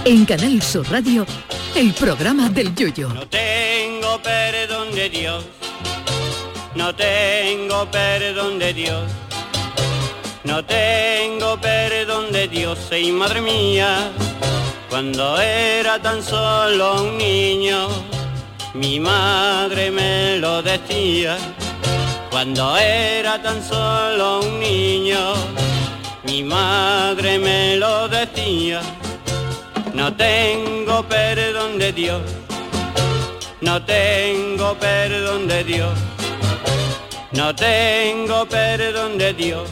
En Canal Sur Radio, el programa del Yoyo. No tengo perdón de Dios, no tengo perdón de Dios, no tengo perdón de Dios, y madre mía, cuando era tan solo un niño, mi madre me lo decía. Cuando era tan solo un niño, mi madre me lo decía. No tengo perdón de Dios, no tengo perdón de Dios, no tengo perdón de Dios.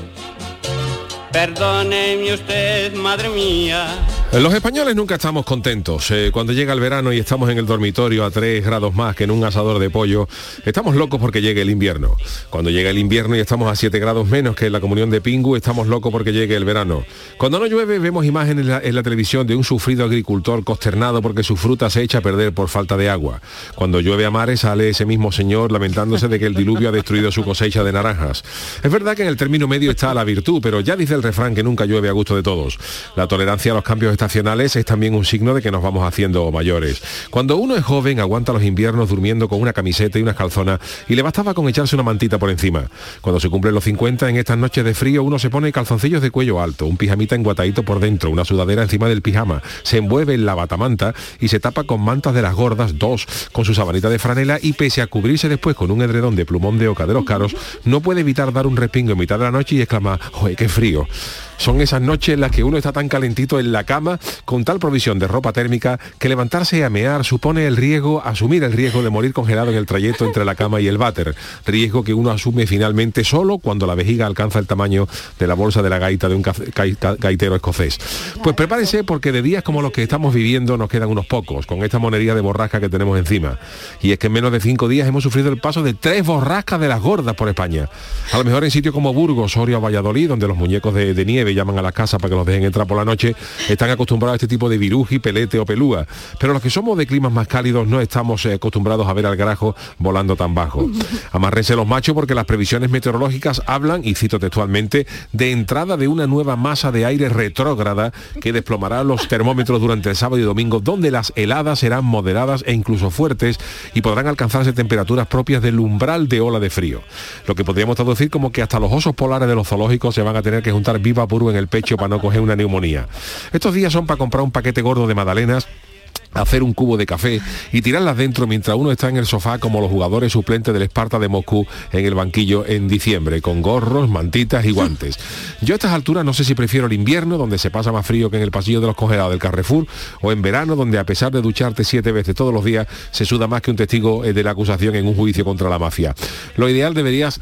Perdóneme usted, madre mía. Los españoles nunca estamos contentos. Cuando llega el verano y estamos en el dormitorio a 3 grados más que en un asador de pollo, estamos locos porque llegue el invierno. Cuando llega el invierno y estamos a 7 grados menos que en la Comunión de Pingu, estamos locos porque llegue el verano. Cuando no llueve, vemos imágenes en la televisión de un sufrido agricultor consternado porque su fruta se echa a perder por falta de agua. Cuando llueve a mares, sale ese mismo señor lamentándose de que el diluvio ha destruido su cosecha de naranjas. Es verdad que en el término medio está la virtud, pero ya dice el refrán que nunca llueve a gusto de todos. La tolerancia a los cambios estacionales es también un signo de que nos vamos haciendo mayores. Cuando uno es joven, aguanta los inviernos durmiendo con una camiseta y unas calzonas y le bastaba con echarse una mantita por encima. Cuando se cumplen los 50, en estas noches de frío, uno se pone calzoncillos de cuello alto, un pijamita enguatadito por dentro, una sudadera encima del pijama, se envuelve en la batamanta y se tapa con mantas de las gordas, 2, con su sabanita de franela, y pese a cubrirse después con un edredón de plumón de oca de los caros, no puede evitar dar un respingo en mitad de la noche y exclamar: ¡joder, qué frío! Son esas noches en las que uno está tan calentito en la cama, con tal provisión de ropa térmica, que levantarse a mear supone asumir el riesgo de morir congelado en el trayecto entre la cama y el váter. Riesgo que uno asume finalmente solo cuando la vejiga alcanza el tamaño de la bolsa de la gaita de un gaitero escocés. Pues prepárese, porque de días como los que estamos viviendo nos quedan unos pocos, con esta monería de borrasca que tenemos encima. Y es que en menos de 5 días hemos sufrido el paso de 3 borrascas de las gordas por España. A lo mejor en sitios como Burgos, Soria o Valladolid, donde los muñecos de nieve llaman a las casas para que los dejen entrar por la noche, están acostumbrados a este tipo de viruji, pelete o pelúa, pero los que somos de climas más cálidos no estamos acostumbrados a ver al grajo volando tan bajo. Amárrense los machos, porque las previsiones meteorológicas hablan, y cito textualmente, de entrada de una nueva masa de aire retrógrada que desplomará los termómetros durante el sábado y domingo, donde las heladas serán moderadas e incluso fuertes y podrán alcanzarse temperaturas propias del umbral de ola de frío. Lo que podríamos traducir como que hasta los osos polares de los zoológicos se van a tener que juntar viva puro en el pecho para no coger una neumonía. Estos días son para comprar un paquete gordo de magdalenas, hacer un cubo de café y tirarlas dentro mientras uno está en el sofá, como los jugadores suplentes del Sparta de Moscú en el banquillo en diciembre, con gorros, mantitas y guantes. Yo a estas alturas no sé si prefiero el invierno, donde se pasa más frío que en el pasillo de los congelados del Carrefour, o en verano, donde a pesar de ducharte 7 veces todos los días, se suda más que un testigo de la acusación en un juicio contra la mafia. Lo ideal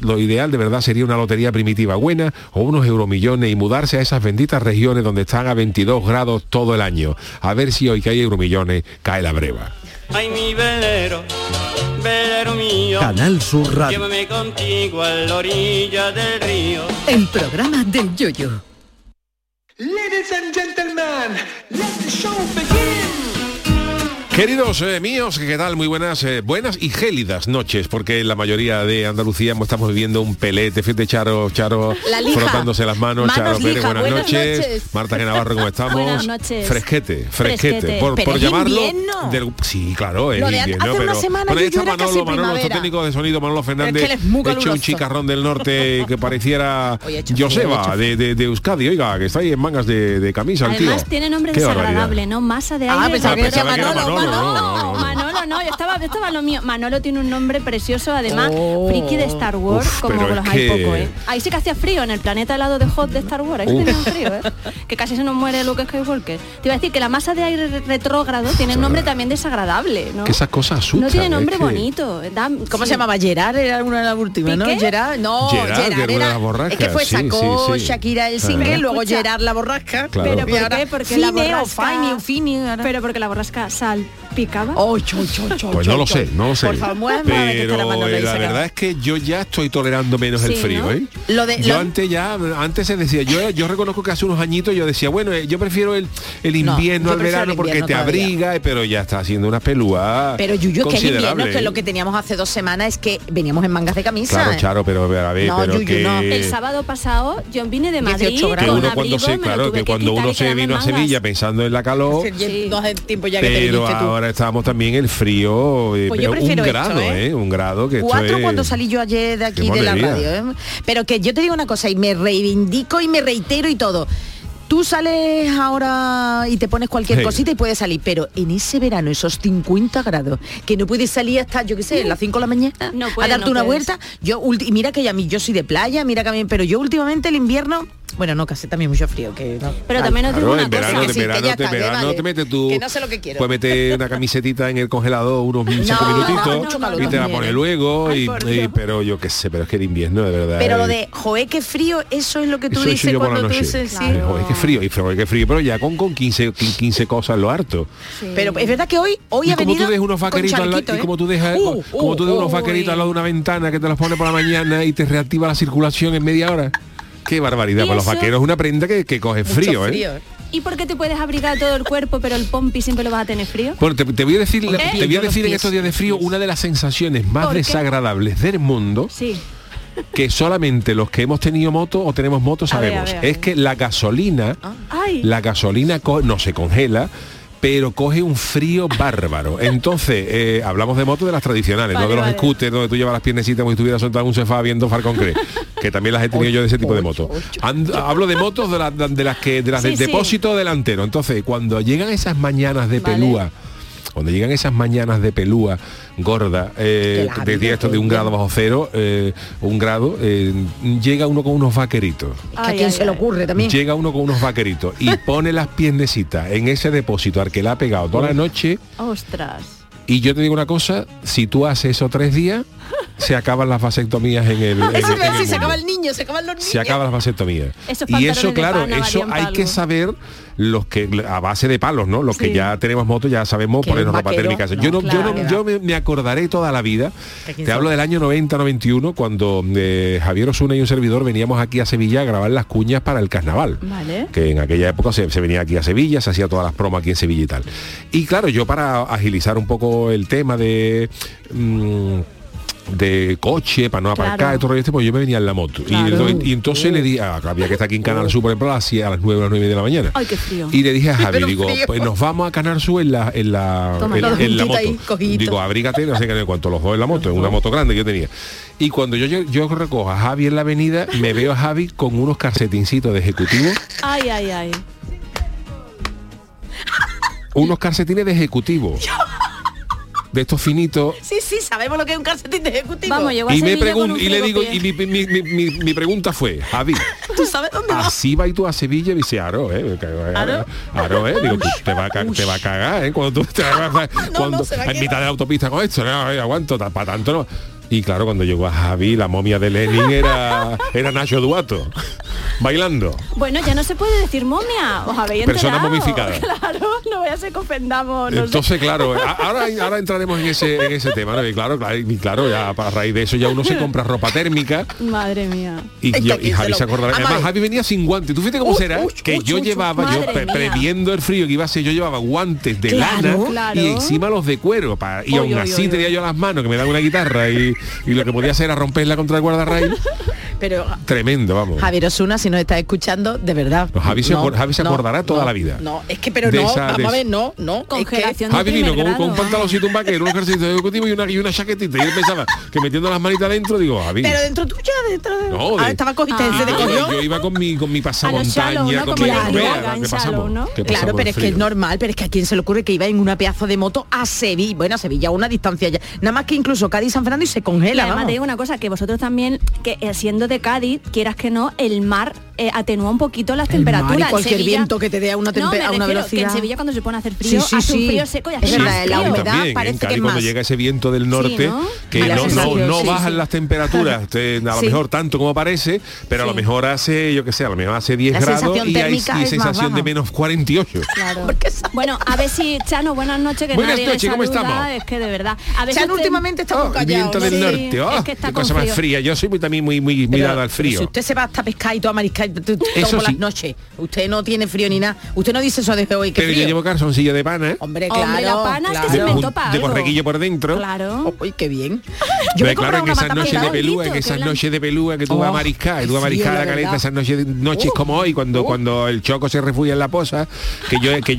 de verdad sería una lotería primitiva buena o unos euromillones y mudarse a esas benditas regiones donde están a 22 grados todo el año. A ver si hoy que hay euromillones cae la breva. Ay, mi velero, velero mío, Canal Sur Radio. llévame contigo a la orilla del río. El programa del Yoyo. Ladies and gentlemen, let the show begin. Queridos míos, ¿qué tal? Muy buenas y gélidas noches, porque en la mayoría de Andalucía estamos viviendo un pelete. Fíjate, Charo frotándose las manos. Charo Pérez, buenas noches. Marta G. Navarro, ¿cómo estamos? Buenas noches. Fresquete. Pero Por es llamarlo. invierno. Sí, claro, es Lo de invierno. hace una semana ahí está era casi Manolo, nuestro primavera. técnico de sonido, Manolo Fernández, Es que él es muy hecho un caluroso. chicarrón del norte que pareciera Oye, hecho Joseba frío, de Euskadi, oiga, que está ahí en mangas de camisa el tío. Además tiene nombre Qué desagradable, ¿no? Masa de aire. pensaba que era Manolo. Manolo, no, yo estaba en lo mío. Manolo tiene un nombre precioso, además, friki de Star Wars, como pero los es hay que- poco, ¿eh? Ahí sí que hacía frío, en el planeta helado de Hot de Star Wars, ahí sí tenía un frío, ¿eh? Que casi se nos muere Luke Skywalker. Te iba a decir que la masa de aire retrógrado tiene un nombre también desagradable, ¿no? Que esas cosas asustan. No tiene nombre es que- bonito. ¿Cómo se llamaba? Gerard era una de las últimas, ¿no? ¿Piqué? Gerard, no, Gerard, que era una de era. las borrascas, Es que fue, sí, sacó sí, sí. Shakira el Claro. single, luego Escucha. Gerard la borrasca. Claro. Pero Y ¿por ahora qué? Porque Fine la o borrasca... Fine o Fini. Ahora. Pero porque la borrasca ¿Picaba? Pues no lo sé. Por favor, muéveme a ver que está la mano Pero ahí la sacada. verdad es que yo ya estoy tolerando menos el Sí, frío, ¿no? ¿eh? Antes se decía, yo reconozco que hace unos añitos yo decía, bueno, yo prefiero el invierno yo al prefiero verano el porque invierno te todavía. abriga, pero ya está haciendo una pelúa Pero Yuyu, que el invierno, considerable, que ¿eh? lo que teníamos hace 2 semanas es que veníamos en mangas de camisa. Claro, Charo, pero a ver, No, pero Yuyu, que... no. El sábado pasado yo vine de Madrid 18 con grados. que uno abrigo, cuando se, me lo claro, tuve que cuando quitar uno y se quedarme vino a en mangas. Sevilla pensando en la calor, No hace tiempo ya que te pero viniste tú. ahora estamos también el frío, Pues yo un prefiero grado, esto, ¿eh? Un grado que esto 4 es- cuando salí yo ayer de aquí Qué de la monería. radio, ¿eh? Pero que yo te digo una cosa y me reivindico y me reitero y todo. Tú sales ahora y te pones cualquier Sí. cosita y puedes salir, pero en ese verano, esos 50 grados, que no puedes salir hasta, yo qué sé, las 5 de la mañana No a puedes, darte no una puedes. vuelta. Y mira que yo soy de playa, mira que a mí, pero yo últimamente el invierno, bueno, no, que hace también mucho frío. Pero también os digo Claro, una en verano, cosa. Que sí, que ya está, que verano vale. te metes tú, Que no sé lo que quiero. puedes meter una camisetita en el congelador unos 5 No, minutitos mucho calor y te la también, pones ¿eh? luego, Ay, por Dios. pero yo qué sé, pero es que el invierno de verdad. Pero lo es- de, joder, qué frío, eso es lo que tú eso he hecho dices yo por la cuando tú noche. dices, sí. Claro. Joder, qué frío, pero ya con 15 cosas lo harto. Pero es verdad que hoy Y ha como venido tú dejas unos con vaqueritos al lado, chalequito, y ¿eh? como tú dejas unos vaqueritos al lado de una ventana que te los pones por la mañana y te reactiva la circulación en media hora. Qué barbaridad, ¿Y pues los eso? vaqueros es una prenda que coge Mucho frío, ¿eh? frío. ¿Y por qué te puedes abrigar todo el cuerpo, pero el pompi siempre lo vas a tener frío? Bueno, te voy a decir, ¿Eh? te voy a Yo los decir en pies, estos días de frío una de las sensaciones más ¿Por qué? desagradables del mundo, Sí. que solamente los que hemos tenido moto o tenemos moto A ver, sabemos. a ver. Es que la gasolina, Ay. no se congela, pero coge un frío bárbaro. Entonces, hablamos de motos de las tradicionales, Vale, no de los vale. scooters donde tú llevas las piernecitas como si estuvieras sentado en un sofá viendo Far Concret, que también las he tenido yo de ese tipo de motos. Hablo de motos de las Sí, del sí. depósito delantero. Entonces, cuando llegan esas mañanas de Vale. pelúa, cuando llegan esas mañanas de pelúa gorda, de esto de 1 grado bajo cero, 1 grado, llega uno con unos vaqueritos. Que a quién se le ocurre también. Llega uno con unos vaqueritos y pone las piernecitas en ese depósito al que le ha pegado toda la noche. Ostras. Y yo te digo una cosa, si tú haces eso 3 días, se acaban las vasectomías en el, en Eso el- que en el decir, se mundo. acaban el niño, se acaban los niños. Se acaban las vasectomías. Esos Y pantalones eso, de claro, pana eso valían hay pa' que algo. saber los que a base de palos, ¿no? Los que Sí. ya tenemos moto ya sabemos Que ponernos un ropa vaquero, térmica. no, claro. Yo me acordaré toda la vida. Que quién Te hablo sabe. del año 90-91 cuando Javier Osuna y un servidor veníamos aquí a Sevilla a grabar las cuñas para el carnaval. Vale. Que en aquella época se venía aquí a Sevilla, se hacía todas las promas aquí en Sevilla y tal. Y claro, yo para agilizar un poco el tema de coche, para no aparcar, Claro. y todo esto, pues yo me venía en la moto. Claro. Y entonces le di, había que estar aquí en Canal Sur, por ejemplo, a las 9 de la mañana. Ay, qué frío. Y le dije a Javi, Pero digo, frío. pues nos vamos a Canal Sur en la Toma, en todos la juntitos moto. ahí, cogiditos. Digo, abrígate, no sé qué, cuánto los dos en la moto, en una moto grande que yo tenía. Y cuando yo recojo a Javi en la avenida, me veo a Javi con unos calcetincitos de ejecutivo, Ay, ay, ay. unos calcetines de ejecutivo. De estos finitos. Sí, sabemos lo que es un calcetín de ejecutivo. Vamos, llegó a Y me Sevilla con pregunto, un y le digo, frigopié. y mi pregunta fue, Javi, ¿Tú sabes dónde vas? así vas tú a Sevilla y dice, Aro, digo, tú te va a cagar, cuando tú te cuando se va a en quedar. mitad de la autopista con esto, no, aguanto, para tanto no. Y claro, cuando llegó a Javi, la momia de Lenin era Nacho Duato, bailando. Bueno, ya no se puede decir momia. Os habéis Persona enterado. momificada. Claro, no voy a ser que ofendamos. No sé. Entonces, claro, ahora entraremos en ese tema, ¿no? Y claro, ya a raíz de eso ya uno se compra ropa térmica. Madre mía. Y, Es que aquí Javi se se lo- acordará. Además, Además, Javi venía sin guantes. ¿Tú fíjate cómo será? Que yo llevaba, madre mía. previendo el frío que iba a ser, yo llevaba guantes de Claro, lana claro. y encima los de cuero. Y aún así tenía yo las manos, que me daban una guitarra y lo que podía hacer era romperla contra el guardarraíl. Pero Tremendo, vamos. Javier Osuna, si nos está escuchando, de verdad. No, Javi se acordará toda la vida. No, es que, pero De no, esa- de vamos a esa- ver, no. Congelación de Javi vino primer con un grado. pantaloncito, un vaquero, un ejercicio ejecutivo y una chaquetita. Y él pensaba que metiendo las manitas adentro, digo, Javi. Pero dentro tuya, dentro de... No, Ah, de- estaba cogiste Ah. ese de cogió. Yo iba con mi pasamontaña, Shallow, ¿no? con Como mi le Vea, digan, ¿qué pasamos? shallow, ¿no? ¿Qué Claro, pasamos pero es que frío? es normal, pero es que a quién se le ocurre que iba en una pedazo de moto a Sevilla, bueno, a Sevilla, a una distancia ya, nada más que incluso Cádiz, San Fernando y se Y congela, además vamos. te digo una cosa, que vosotros también, que siendo de Cádiz, quieras que no, el mar atenúa un poquito las Mar, y temperaturas. cualquier Sevilla, viento que te dé a una, no, me a una refiero velocidad. que en Sevilla cuando se pone a hacer frío, Sí, hace un sí. frío seco y hace Es más verdad, la frío. humedad También, parece en que Cádiz es cuando más. llega ese viento del norte, ¿no? que La no sensación, sí, bajan sí. las temperaturas, a lo Sí. mejor tanto como parece, pero a lo Sí. mejor hace, yo qué sé, a lo mejor hace 10 La grados sensación y hay térmica es más sensación de baja. menos 48. Claro. Porque Bueno, a ver si, Chano, buenas noches, que Buenas nadie le noches, ¿cómo saluda, estamos? Es que de verdad. A ver si Chano usted- últimamente está muy El callado. viento ¿no? del Sí, norte, es que está qué con cosa más frío. fría. Yo soy también muy dado al Pero frío. si usted se va hasta pescar y todo a mariscar y todo Eso por sí. las noches, usted no tiene frío ni nada. Usted no dice eso de hoy que Pero frío. yo llevo calzoncillo de pana, Hombre, Hombre, claro. la pana es que claro. se inventó para de algo. borreguillo por dentro. Claro. Uy, qué bien. Yo me he claro, comprado en una esas bata noches de pescada. pelúa, en que esas la- noches de pelúa que tú vas a mariscar, y tú vas a sí, mariscar la la caleta, verdad. esas noches como hoy, cuando el choco se refugia en la posa, que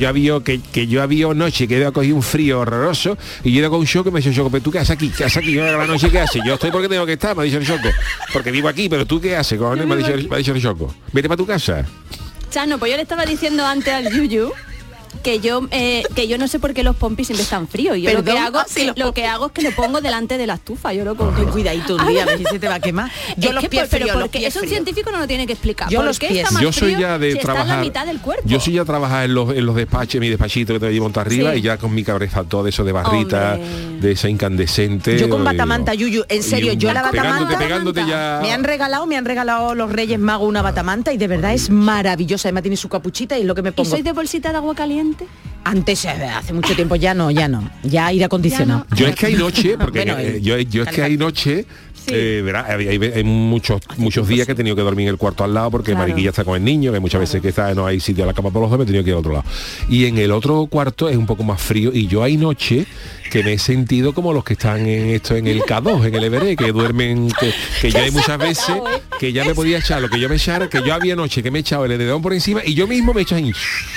yo había noche que yo cogí un frío horroroso y yo iba con un choco y me dice Choco, pero tú qué haces aquí, yo la noche qué haces, yo estoy porque tengo que estar, me ha dicho el Choco, porque vivo aquí, pero tú qué haces, cojones, me ha dicho el Choco, vete para tu casa. Chano, pues yo le estaba diciendo antes al Yuyu que yo no sé por qué los pompis siempre están fríos. Y yo Perdón, lo que hago es que lo pongo delante de la estufa. Yo lo cojo. Ten cuidadito un día, a ver si se te va a quemar. Yo Es los que pies pero fríos, los porque pies eso un fríos. científico no lo tiene que explicar. Yo ¿Por los qué pies. está más Yo soy frío ya de si está en trabajar. la mitad del cuerpo? Yo soy ya trabajar en los despachos, mi despachito que te llevo monta arriba Sí. y ya con mi cabeza todo eso de barrita, Hombre. de esa incandescente. Yo con batamanta, Yuyu, en serio, yo la batamanta pegándote ya. me han regalado los Reyes Magos una batamanta y de verdad es maravillosa. Además tiene su capuchita y es lo que me ¿Y pongo. sois de bolsita de agua caliente? Antes, hace mucho tiempo ya no. Ya aire acondicionado. Ya Yo es que hay noche, porque Bueno, yo es que hay noche. Sí. Verá, hay muchos días que he tenido que dormir en el cuarto al lado porque Claro. Mariquilla está con el niño, que muchas veces que está, no hay sitio a la cama por los dos, me he tenido que ir al otro lado. Y en el otro cuarto es un poco más frío y yo hay noche que me he sentido como los que están en el K2, en el Everest, que duermen, que yo hay muchas veces que ya me podía echar lo que yo me echara, que yo había noche que me he echado el edredón por encima y yo mismo me he echado ahí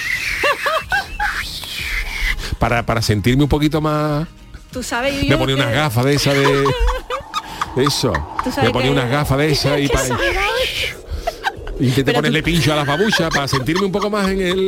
para sentirme un poquito más. Tú sabes, Yuyu, Me ponía unas que- gafas de esas de eso. Tú sabes Me ponía que- unas gafas de esas y para intenté ponerle pincho a las babuchas para sentirme un poco más en el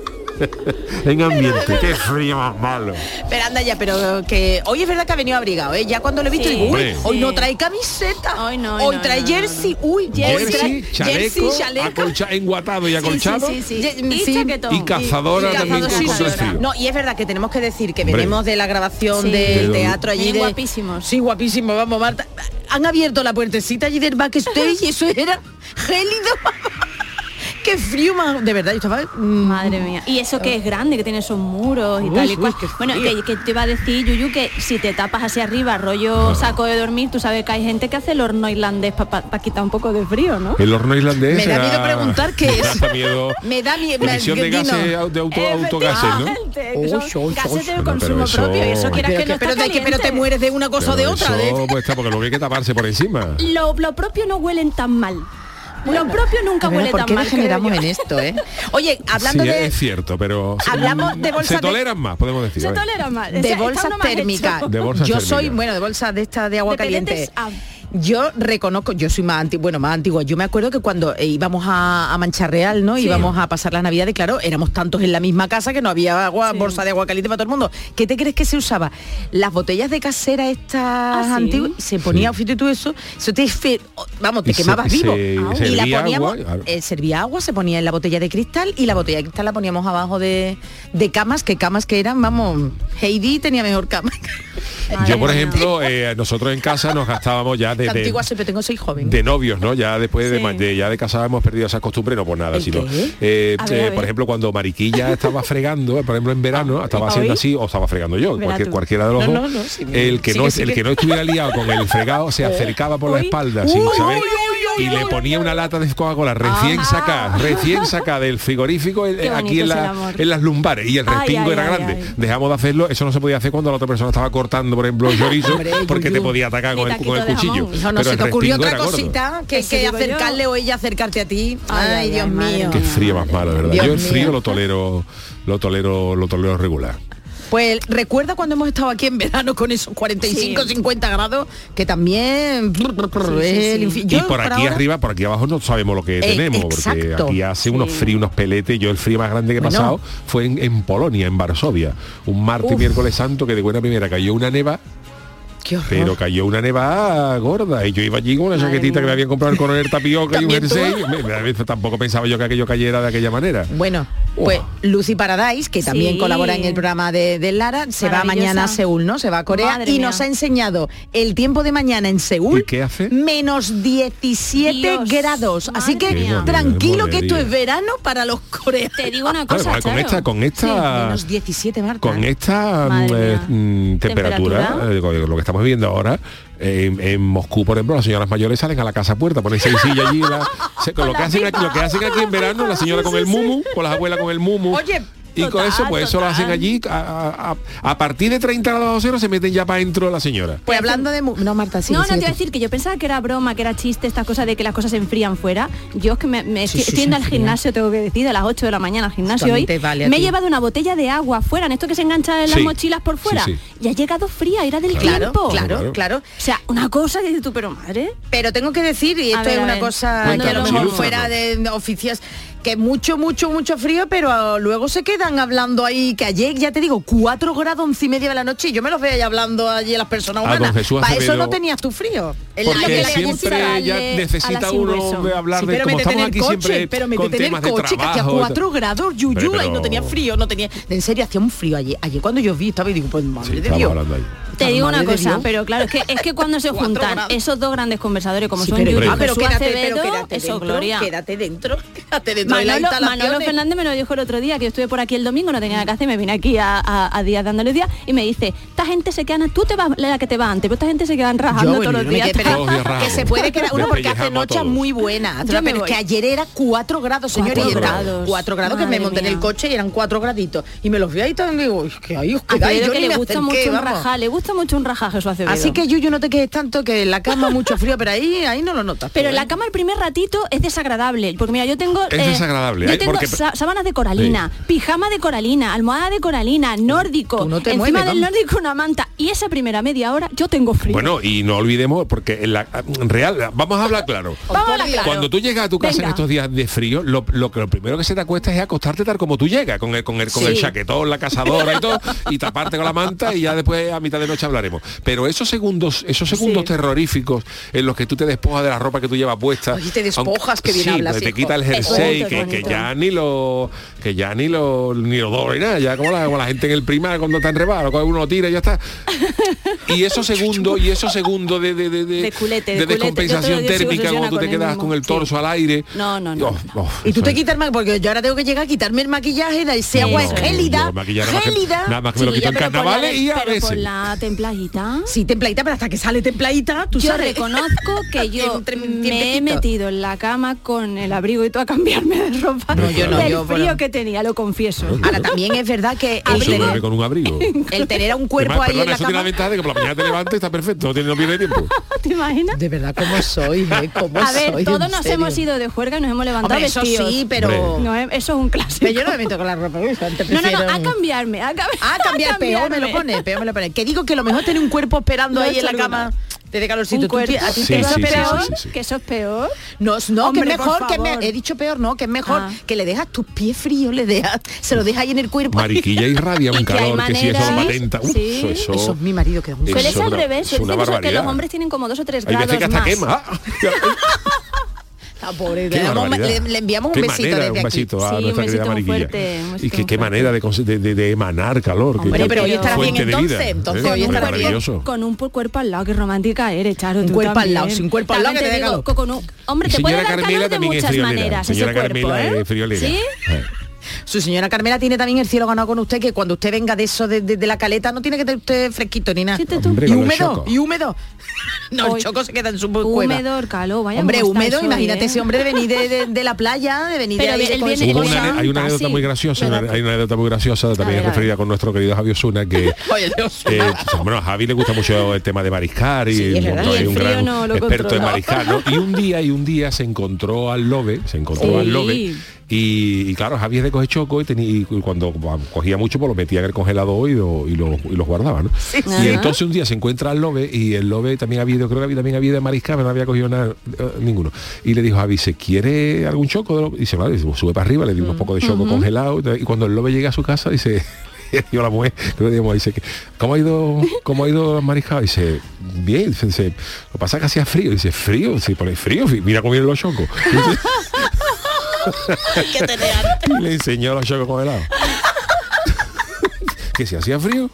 en ambiente. Qué frío más malo. Pero anda ya, pero que hoy es verdad que ha venido abrigado, ¿eh? Ya cuando lo he visto Sí. digo, uy, Hombre. hoy no Sí. trae camiseta. Hoy no, hoy no, trae no, jersey. Uy, Jersey, chaleco, chaleco. enguatado y acolchado. Sí, sí, sí, sí. Ye- Y sí. chaquetón. Y cazadora Y también cazador, sí, contra el sí. frío. No, y es verdad que tenemos que decir que Hombre. venimos de la grabación Sí. del De- teatro allí Bien de guapísimos. Sí, guapísimo, vamos, Marta. Han abierto la puertecita allí del backstage y eso era gélido. Qué frío más, de verdad, yo estaba Madre mía. Y eso que es grande, que tiene esos muros y Uy, tal y uy, cual. qué Bueno, frío. que te iba a decir, Yuyu, que si te tapas hacia arriba, rollo saco de dormir, tú sabes que hay gente que hace el horno irlandés para quitar un poco de frío, ¿no? El horno irlandés. Me da era- miedo preguntar qué me es. da miedo. me da miedo. Emisión de gases de autogases, ¿no? Efectivamente, Uy, son uy, gases uy. de Bueno, consumo pero eso- propio y eso quieras que no pero, está pero te caliente. mueres de una cosa o de Pero otra. eso, pues está, porque luego hay que taparse por encima. Lo propio no huelen tan mal. Lo propio nunca De verdad, huele ¿por tan qué mal, creo degeneramos yo. en esto, eh? Oye, hablando Sí, de es cierto, pero Hablamos de bolsas se de- toleran más, podemos decir. Se a ver. tolera mal. de bolsas térmicas. De bolsas yo soy, térmicas. bueno, de bolsas de estas de agua De peletes, caliente. Yo reconozco, yo soy más antigua. Yo me acuerdo que cuando íbamos a Mancha Real, ¿no? Sí. Íbamos a pasar las Navidades, claro, éramos tantos en la misma casa que no había agua, Sí. bolsa de agua caliente para todo el mundo. ¿Qué te crees que se usaba? Las botellas de casera estas ¿sí? antiguas, se ponía fíjate tú eso te vamos, te Y se- quemabas vivo. se Y la hervía poníamos, agua, claro. servía agua, se ponía en la botella de cristal y la botella de cristal la poníamos abajo de camas que eran, vamos, Heidi tenía mejor cama. Yo, por Madre ejemplo, nosotros en casa nos gastábamos ya La antigua siempre tengo 6 joven. de novios, ¿no? Ya después Sí. ya de casada hemos perdido esa costumbre, no por nada, ¿El sino qué? A ver. por ejemplo, cuando Mariquilla estaba fregando, por ejemplo en verano, estaba haciendo ¿Hoy? así o estaba fregando yo, Verá tú. cualquiera de los No, dos. no, sí, el que no sigue. el que no estuviera liado con el fregado se acercaba por la Uy. espalda, ¿sí? ¿sabes? Y le ponía una lata de Coca-Cola recién sacada del frigorífico Qué aquí bonito es el amor. en las lumbares y el Ay, respingo ay, era ay, grande. ay. Dejamos de hacerlo, eso no se podía hacer cuando la otra persona estaba cortando, por ejemplo, chorizo, Hombre, porque te Yuyu. podía atacar Ni con taquito el de cuchillo. jamón. Hijo, no Pero se el te ocurrió respingo otra era gordo. cosita que Eso digo yo. acercarle o ella acercarte a ti. Ay, Ay, ay, Dios madre mío. Qué frío más malo, ¿verdad? Dios Yo el frío mío. lo tolero regular. Pues recuerda cuando hemos estado aquí en verano con esos 45, Sí. 50 grados, que también es el infierno. Y Yo, por aquí ahora- arriba, por aquí abajo no sabemos lo que tenemos, exacto. porque aquí hace unos fríos, unos peletes. Yo el frío más grande que he Bueno. pasado fue en Polonia, en Varsovia. Un martes, Uf. miércoles santo, que de buena primera cayó una neva Qué horror. pero cayó una nevada gorda y yo iba allí con una Madre chaquetita que mía. me habían comprado el coronel Tapioca y un ¿También tú? jersey. Tampoco pensaba yo que aquello cayera de aquella manera. Bueno, pues Lucy Paradise, que también Sí. colabora en el programa de Lara, se va Maravillosa. mañana a Seúl, ¿no? Se va a Corea Madre y mía. nos ha enseñado el tiempo de mañana en Seúl. ¿Y qué hace? Menos 17 Dios, grados. Así madre que mía. tranquilo que esto Molería. es verano para los coreanos. Te digo una Claro, cosa, con esta, con esta, Menos 17, Marta. con esta Madre mía. temperatura, ¿Temperatura? lo que estamos viendo ahora, en Moscú, por ejemplo, las señoras mayores salen a la casa puerta, ponen 6 sillas allí, lo que hacen aquí en verano, la señora con el mumu, con las abuelas con el mumu. Oye, y con eso, pues eso lo hacen allí, a partir de 30 grados bajo cero se meten ya para adentro la señora. pues hablando de... No, Marta, sí. No, te iba a decir que yo pensaba que era broma, que era chiste, estas cosas de que las cosas se enfrían fuera. Yo es que me Sí, estoy se yendo al enfrían. gimnasio, tengo que decir, a las 8 de la mañana al gimnasio También hoy. te vale a Me he ti. llevado una botella de agua fuera, en esto que se engancha en las Sí. mochilas por fuera. Sí, Y ha llegado fría, era del Claro, tiempo. claro. O sea, una cosa que dices tú, pero madre. Pero tengo que decir, y A esto ver, es a una ver. cosa Cuéntanos, que a lo mejor ilústranos. fuera de oficios, que mucho frío, pero luego se quedan hablando ahí, que ayer, ya te digo, 4 grados, 11:30 de la noche, y yo me los veo ahí hablando allí a las personas Ah, humanas. con Jesús Para eso Acevedo. no tenías tu frío. En Lo Porque que le siempre gusta ya darle a necesita la sin uno hueso. de hablar Sí, de pero como métete en estamos el aquí coche, siempre pero con métete en el temas de coche, que hacía trabajo. 4 grados, yuyu, Pero- ahí no tenía frío, no tenía... En serio, hacía un frío ayer. Ayer cuando yo vi, estaba y digo, pues madre Sí, de estamos Dios. hablando ahí. Te digo Madre una de cosa, Dios. pero claro, es que cuando se 4 juntan grados. esos dos grandes conversadores como Sí, son pero, Yuyu y pero Jesús quédate Acevedo, dentro, eso, Gloria. quédate dentro de las Manolo instalaciones. Fernández me lo dijo el otro día, que yo estuve por aquí el domingo, no tenía nada que hacer, me vine aquí a Días de Andalucía y me dice, esta gente se quedan, tú te vas la que te va antes, pero esta gente se quedan rajando todos los días. Todos los días que rajos. se puede quedar uno porque hace Despellejamos a noches todos. muy buenas. Yo me Pero es voy. que ayer era 4 grados, señor, 4 y era grados. 4 grados que me Madre monté en el mía. coche y eran 4 graditos. Y me los vi ahí también y digo, "Uy, que ahí os A quedáis, Acevedo yo que ni le me gusta acerqué, mucho un vamos". rajá, le gusta mucho un rajá Jesús Acevedo. Así que Yuyu, no te quejes tanto, que en la cama mucho frío, pero ahí no lo notas. Pero tú, en la ¿eh? cama el primer ratito es desagradable, porque mira, yo tengo... Es desagradable, Yo ¿eh? tengo Porque- sábanas de coralina, pijama de coralina, almohada de coralina, nórdico, Tú no te encima mueves, del vamos. nórdico una manta, y esa primera media hora yo tengo frío. Bueno, y no olvidemos, porque en real, vamos a hablar claro. Vamos a hablar claro. Cuando tú llegas a tu casa Venga. en estos días de frío, lo primero que se te acuesta es acostarte tal como tú llegas, con el Sí. chaquetón, la cazadora y todo, y taparte con la manta, y ya después a mitad de noche hablaremos. Pero esos segundos Sí. terroríficos en los que tú te despojas de la ropa que tú llevas puesta, Oye, te despojas, aunque- que bien sí, hablas, te hijo. quita el Es jersey, bonito, es que bonito. ya ni lo doy nada, ya como la gente en el primar cuando está enrebado, cuando uno lo tira y ya está. Y esos segundos de De culete, de culete. descompensación Yo sigo térmica obsesionada cuando tú te con el quedas mismo. con el Sí. torso al aire. No. Y tú eso te es. quitas el maquillaje, porque yo ahora tengo que llegar a quitarme el maquillaje, ese Sí, agua no, es gélida, yo maquillar nada más que- gélida. nada más que me lo Sí, quito en pero por la carnavales y a pero por veces. la templadita. Sí, templadita, pero hasta que sale templadita, tú Yo sabes. reconozco que yo Entre- me he tiempecito. metido en la cama con el abrigo y todo a cambiarme de ropa. No, yo no, del yo, frío bueno. que tenía, lo confieso. Ahora también es verdad que Eso el duerme tener, con un abrigo. el tener a un cuerpo Además, ahí en perdona, la eso tiene la cama. ventaja de que por la mañana te levantas y está perfecto, no pierde tiempo. ¿Te imaginas? De verdad, ¿cómo soy? ¿Cómo A ver, soy? todos en nos serio? hemos ido de juerga y nos hemos levantado Hombre, eso vestidos. sí, pero... No, eso es un clásico. Pero yo no me meto con la ropa. Antes No, prefiero- a cambiarme, a cambiar, peor me lo pone, peor me lo pone. Que digo que lo mejor es tener un cuerpo esperando Lo he ahí en la hecho cama alguna. de calorcito. Un ¿Tú cuerpo. a ti Sí, te ¿Eso va es sí, peor? sí, sí. ¿Que eso es peor? No, que Hombre, es mejor, por que favor. he dicho peor, no, que es mejor Ah. que le dejas tus pies fríos, se lo dejas ahí en el cuerpo. Mariquilla irradia un Y que hay calor que si eso lo maneras- patenta. Uf, Sí. eso Eso es mi marido, que es un Eso Suele es ser al una- revés, es suele una ser eso, que barbaridad. los hombres tienen como 2 o 3 Hay grados veces que hasta más. quema. Ah, pobre, Qué barbaridad. le enviamos un Qué besito manera, desde un aquí. besito a Sí, un nuestra querida besito muy Mariquilla. fuerte, un besito Y qué muy fuerte. manera de emanar calor. Hombre, que- pero hoy estará bien fuente de entonces, vida, entonces ¿eh? hoy Hombre, estará bien. maravilloso. Con un cuerpo al lado, que romántica eres, Charo. Un tú cuerpo al lado, también. sí, un cuerpo al lado También que te te dé digo, calor. con hombre, Y te puede señora dar Carmela calor de también es muchas friolera. maneras ese Señora cuerpo, Carmela ¿eh? es friolera. ¿Sí? Su señora Carmela tiene también el cielo ganado con usted, que cuando usted venga de eso, de la caleta, no tiene que tener usted fresquito ni nada. Fíjate tú. Hombre, Y con el húmedo, choco. y húmedo. No, el Hoy- choco se queda en su cueva. Húmedo, el calor, vaya Hombre, cómo está húmedo, eso, imagínate ¿eh? ese hombre de venir de la playa, de venir Pero de ahí. él con viene- su él Hubo viene- cosa. hay una anécdota sí. muy graciosa, ¿Verdad? hay una anécdota muy graciosa también A ver. referida con nuestro querido Javi Osuna, que Oye, Dios. bueno, a Javi le gusta mucho el tema de mariscar y Sí, es verdad. bueno, Y el es un frío gran no lo experto en controla. mariscar, ¿no? Y un día se encontró al lobe, Sí. y claro, Javi es de coger choco y cuando cogía mucho pues lo metía en el congelador y los guardaba, ¿no? Y Ajá. entonces un día se encuentra al lobe y el lobe también había ido, creo que también había de mariscar, pero no había cogido nada, ninguno. Y le dijo a Javi, ¿se quiere algún choco? Y dice, vale, sube para arriba, le dio unos pocos de choco congelado y cuando el lobe llega a su casa dice yo la mujer, que digamos, dice, ¿cómo ha ido el mariscado? Dice, bien, dice, lo que pasa es que hacía frío. Dice, frío, si pone frío, mira cómo vienen los chocos. Y le enseñó los chocos con helado. Que si hacía frío.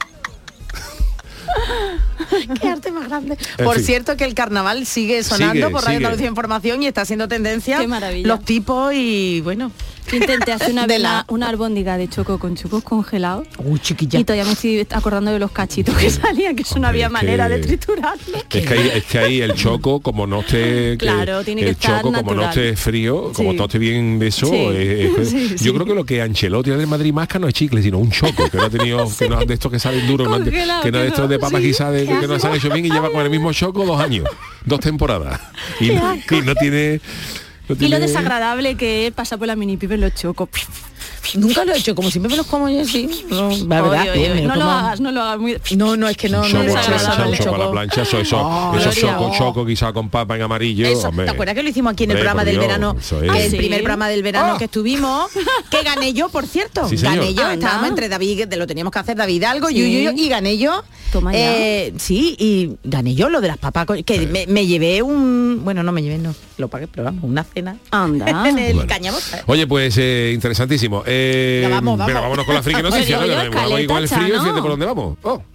Qué arte más grande. Por cierto, que el carnaval sigue sonando por Radio Andalucía Información y está haciendo tendencia. Qué maravilla. Los tipos y bueno. Intenté hacer una albóndiga de choco con chocos congelados. Uy, chiquilla. Y todavía me estoy acordando de los cachitos que salían, que eso no había manera de triturarlo. Es que ahí el choco, como no esté... Claro, tiene que estar choco, como no natural. esté frío, como no esté bien de eso... Sí. Yo creo que lo que Ancelotti del Madrid Masca no es chicle, sino un choco, que no ha tenido... que no es de estos que salen duros, que no es de estos de papas quizás, que no se han hecho bien y lleva con el mismo choco 2 años, 2 temporadas. Y no tiene... Y lo desagradable que es pasar por la mini pipa en los chocos. Nunca lo he hecho, como siempre me los como yo así. No, la verdad, no lo hagas muy... No, es que no choco, he hecho eso. choco a la plancha, esos choco quizá con papa en amarillo. Eso, ¿te acuerdas que lo hicimos aquí en el programa del verano? El primer programa del verano que estuvimos, que gané yo, por cierto. Sí, gané yo, estábamos entre David, lo teníamos que hacer David algo, yo, y gané yo. Toma ya. Sí, y gané yo lo de las papas, que me llevé lo pagué, pero vamos, una cena. Anda. En el Cañamos. Oye, pues interesantísimo. Vamos. Pero vámonos con la friki noticia, ¿no? Vamos con el frío y fíjate por dónde vamos.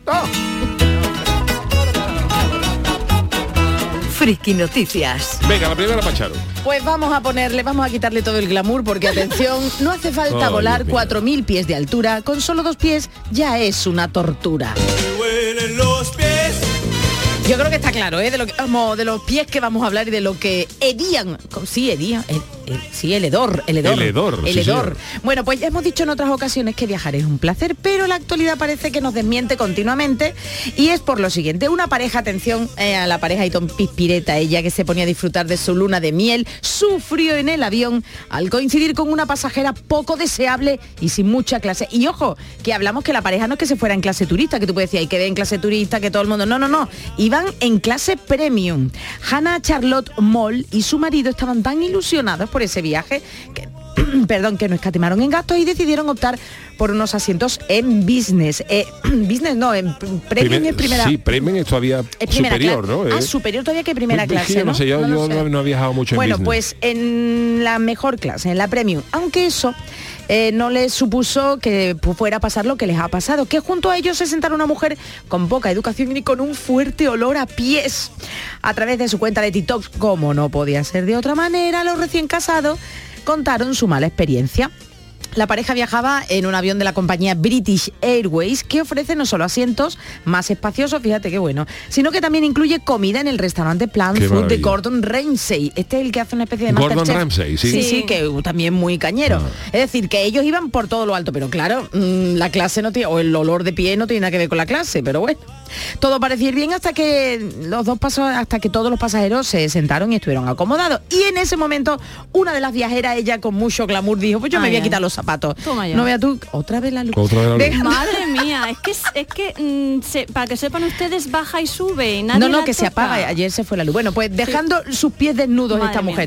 Friki Noticias. Venga, la primera para Charo. Pues vamos a quitarle todo el glamour, porque atención, no hace falta volar 4.000 pies de altura, con solo 2 pies ya es una tortura. Yo creo que está claro, de los pies que vamos a hablar y de lo que hedían. El hedor. Sí, Bueno, pues ya hemos dicho en otras ocasiones que viajar es un placer, pero la actualidad parece que nos desmiente continuamente, y es por lo siguiente. Una pareja, atención a la pareja Aitón Pispireta, ella que se ponía a disfrutar de su luna de miel, sufrió en el avión al coincidir con una pasajera poco deseable y sin mucha clase. Y ojo, que hablamos que la pareja no es que se fuera en clase turista, que tú puedes decir, hay que ver en clase turista, que todo el mundo... No. Iban en clase premium. Hannah Charlotte Moll y su marido estaban tan ilusionados por ese viaje que que no escatimaron en gastos y decidieron optar por unos asientos en business. En premium es primera. Sí, premium es todavía superior, clase. ¿no? Superior todavía que primera clase, ¿no? No sé, yo no he viajado mucho en business. Bueno, pues en la mejor clase, en la premium, aunque eso no les supuso que fuera a pasar lo que les ha pasado, que junto a ellos se sentara una mujer con poca educación y con un fuerte olor a pies. A través de su cuenta de TikTok, como no podía ser de otra manera, los recién casados contaron su mala experiencia. La pareja viajaba en un avión de la compañía British Airways, que ofrece no solo asientos más espaciosos, fíjate qué bueno, sino que también incluye comida en el restaurante Plant Food de Gordon Ramsay. Este es el que hace una especie de Gordon Masterchef. Ramsay, Sí, que también muy cañero. Es decir, que ellos iban por todo lo alto, pero claro, la clase no tiene, o el olor de pie no tiene nada que ver con la clase, pero bueno. Todo parecía ir bien hasta que todos los pasajeros se sentaron y estuvieron acomodados. Y en ese momento, una de las viajeras, ella con mucho glamour, dijo, pues yo me voy a quitar los zapatos. No veas tú, otra vez la luz. Madre mía, es que para que sepan ustedes, baja y sube y nadie No, la que toca. se apaga, ayer se fue la luz. Bueno, pues dejando sus pies desnudos esta mujer.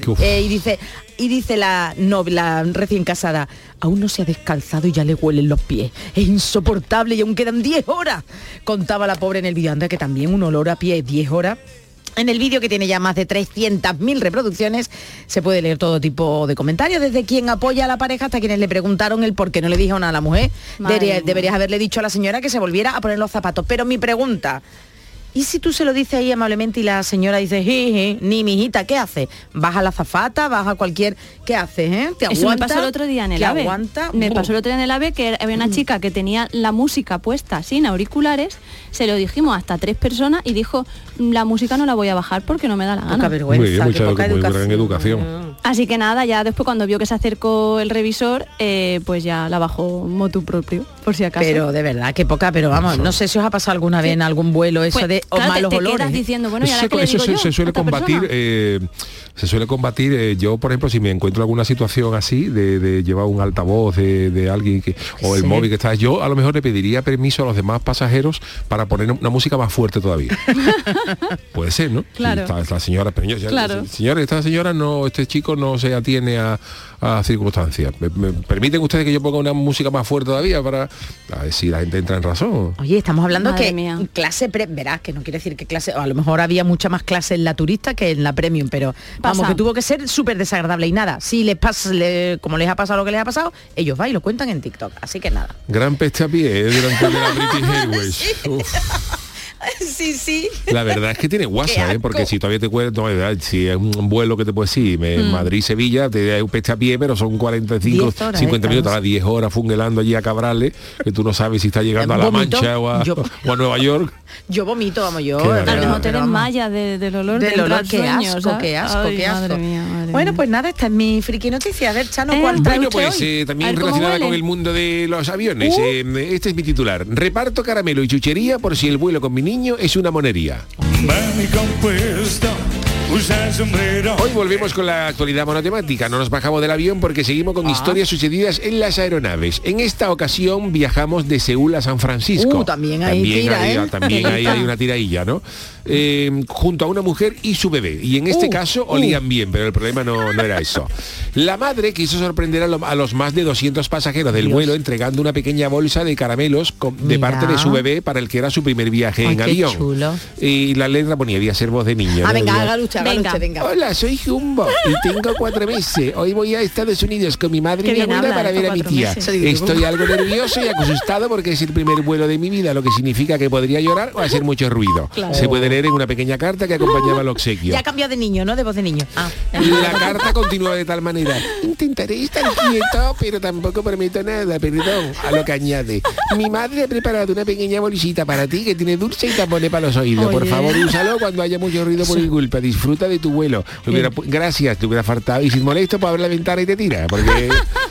Y dice la recién casada, aún no se ha descalzado y ya le huelen los pies. Es insoportable y aún quedan 10 horas. Contaba la pobre en el vídeo, anda que también un olor a pie 10 horas. En el vídeo, que tiene ya más de 300.000 reproducciones, se puede leer todo tipo de comentarios, desde quien apoya a la pareja hasta quienes le preguntaron el por qué no le dijo nada a la mujer. Deberías haberle dicho a la señora que se volviera a poner los zapatos. Pero mi pregunta... ¿Y si tú se lo dices ahí amablemente y la señora dice, ni mi hijita, ¿qué hace? ¿Baja la azafata? ¿Baja cualquier...? ¿Qué haces, ¿Te aguanta? Eso me pasó el otro día en el AVE. Me pasó el otro día en el AVE que había una chica que tenía la música puesta sin auriculares, se lo dijimos hasta 3 personas y dijo, la música no la voy a bajar porque no me da la gana. Poca vergüenza, muy gran educación. Así que nada, ya después cuando vio que se acercó el revisor, pues ya la bajó motu propio, por si acaso. Pero de verdad, qué poca, pero vamos, no sé si os ha pasado alguna vez en algún vuelo eso pues, de claro, malos te olores. Quedas diciendo, bueno, Se suele combatir, yo por ejemplo, si me encuentro alguna situación así de llevar un altavoz de alguien o el móvil que está, yo a lo mejor le pediría permiso a los demás pasajeros para poner una música más fuerte todavía. Puede ser, ¿no? Claro. Si la señora, pero señora, esta señora no, este chico no se atiene a circunstancias. ¿Me permiten ustedes que yo ponga una música más fuerte todavía para A ver si la gente entra en razón. Oye, estamos hablando Madre que mía. clase verás que no quiere decir que clase, o a lo mejor había mucha más clase en la turista que en la premium, pero vamos, Pasa. que tuvo que ser súper desagradable y nada. Si les pasa, como les ha pasado lo que les ha pasado, ellos van y lo cuentan en TikTok, así que nada. Gran peste a pie durante la British Airways. Uf. Sí. La verdad es que tiene Qué guasa, asco. porque si todavía te cuento, si es un vuelo que te puedes ir, Madrid-Sevilla, te da un peste a pie, pero son 45, 10 horas, 50 minutos, claro. a 10 horas fungelando allí a Cabrales, que tú no sabes si está llegando a La Vomito. Mancha o a Nueva York. Yo vomito, vamos, yo. Qué A barbaridad. los Pero hoteles vamos. mayas del olor Del de olor, entrar qué sueño, asco, ¿sabes? qué asco, Ay, qué asco. madre mía. Bueno, pues nada, esta es mi friki noticia. A ver, Chano, ¿cuál trae Bueno, usted pues hoy? A también ver, ¿cómo relacionada huele? con el mundo de los aviones. Este es mi titular. Reparto caramelo y chuchería por si el vuelo con mi niño es una monería. Hoy volvemos con la actualidad monotemática. No nos bajamos del avión porque seguimos con historias sucedidas en las aeronaves. En esta ocasión viajamos de Seúl a San Francisco. También hay tira, ¿eh? También ahí hay una tiradilla, ¿no? Junto a una mujer y su bebé. Y en este caso olían bien, pero el problema no era eso. La madre quiso sorprender a los más de 200 pasajeros del vuelo entregando una pequeña bolsa de caramelos de Mira. parte de su bebé para el que era su primer viaje Ay, en qué avión. chulo. Y la letra ponía, debía ser voz de niño. Ah, ¿no? venga, Debía- hágalo usted, venga. Hola, soy Jumbo y tengo 4 meses. Hoy voy a Estados Unidos con mi madre Qué y mi bien abuela habla, para ver a mi 4 tía. meses. Estoy algo nervioso y asustado porque es el primer vuelo de mi vida, lo que significa que podría llorar o hacer mucho ruido. Claro. Se puede leer en una pequeña carta que acompañaba el obsequio. Ya ha cambiado de niño, ¿no? De voz de niño. La carta continúa de tal manera: intentaré estar quieto, pero tampoco prometo nada, perdón. A lo que añade: mi madre ha preparado una pequeña bolsita para ti que tiene dulce y tapones para los oídos. Por Oye. favor, úsalo cuando haya mucho ruido por mi culpa. Disfruta de tu vuelo. Gracias, te hubiera faltado. Y sin molesto, para abrir la ventana y te tira. Porque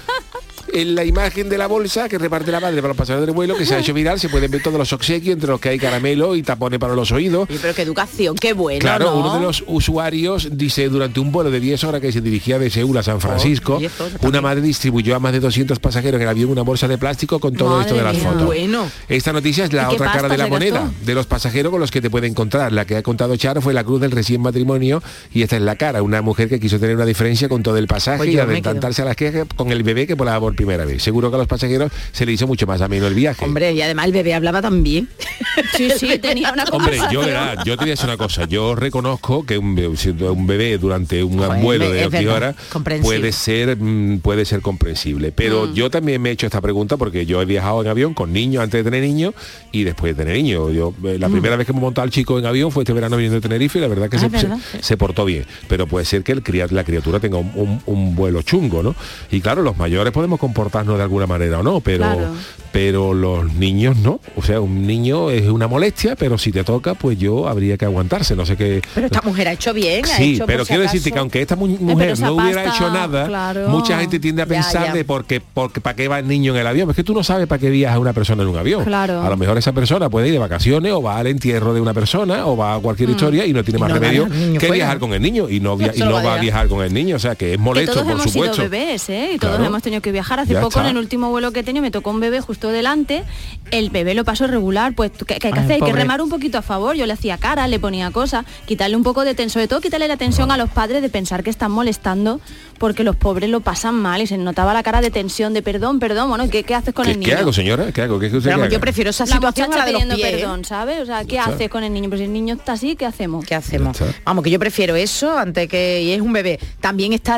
en la imagen de la bolsa que reparte la madre para los pasajeros del vuelo, que se ha hecho viral, se pueden ver todos los obsequios, entre los que hay caramelo y tapones para los oídos. Oye, pero qué educación, qué bueno, Claro, ¿no? uno de los usuarios dice, durante un vuelo de 10 horas que se dirigía de Seúl a San Francisco, 10 horas una también. madre distribuyó a más de 200 pasajeros en el avión una bolsa de plástico con todo Madre esto de las mía. fotos. Bueno. Esta noticia es la ¿Y qué otra cara pasta de la se moneda gastó? de los pasajeros con los que te puede encontrar. La que ha contado Charo fue la cruz del recién matrimonio y esta es la cara, una mujer que quiso tener una diferencia con todo el pasaje Pues y yo me adelantarse a las quejas con el bebé que volaba por primera vez. Seguro que a los pasajeros se le hizo mucho más ameno el viaje. Hombre, y además el bebé hablaba también. Sí, tenía una Hombre, conversación. yo te voy a decir una cosa. Yo reconozco que un bebé durante un Joder, vuelo de es 10 verdad, horas comprensible. puede ser comprensible. Pero yo también me he hecho esta pregunta porque yo he viajado en avión con niños antes de tener niños y después de tener niños. La primera vez que me montaba al chico en avión fue este verano viniendo de Tenerife y la verdad que se portó bien. Pero puede ser que la criatura tenga un vuelo chungo, ¿no? Y claro, los mayores podemos comportarnos de alguna manera o no, pero los niños no. O sea, un niño es una molestia, pero si te toca, pues yo habría que aguantarse. No sé qué. Pero esta mujer ha hecho bien. ha Sí, hecho, pero por si quiero acaso. decirte que aunque esta mujer pero esa no hubiera pasta, hecho nada, claro. mucha gente tiende a pensar Ya. de porque para qué va el niño en el avión. Es que tú no sabes para qué viaja una persona en un avión. Claro. A lo mejor esa persona puede ir de vacaciones o va al entierro de una persona o va a cualquier historia y no tiene Y más no va remedio a dejar al niño que fuera. viajar con el niño y no, Solo va a dejar. viajar con el niño. O sea, que es Que molesto, todos por hemos supuesto. sido bebés, ¿eh? Y todos Claro. hemos tenido que viajar. Hace Ya poco, está. en el último vuelo que he tenido, me tocó un bebé justo delante. El bebé lo pasó regular. Pues, ¿qué hay que hacer? Hay que pobre. remar un poquito a favor. Yo le hacía cara, le ponía cosas, quitarle un poco de tensión. Sobre todo, quitarle la tensión a los padres de pensar que están molestando porque los pobres lo pasan mal y se notaba la cara de tensión, de perdón, bueno, ¿qué haces con el niño? ¿Qué hago, señora? ¿Qué hago? ¿Qué usted Pero, que vamos, yo haga? prefiero esa La situación a muchacha la de los pidiendo pies. perdón, ¿sabes? O sea, ¿qué Ya está. haces con el niño? Pues si el niño está así, ¿qué hacemos? ¿Qué hacemos? Ya está. Vamos, que yo prefiero eso antes que... Y es un bebé. También está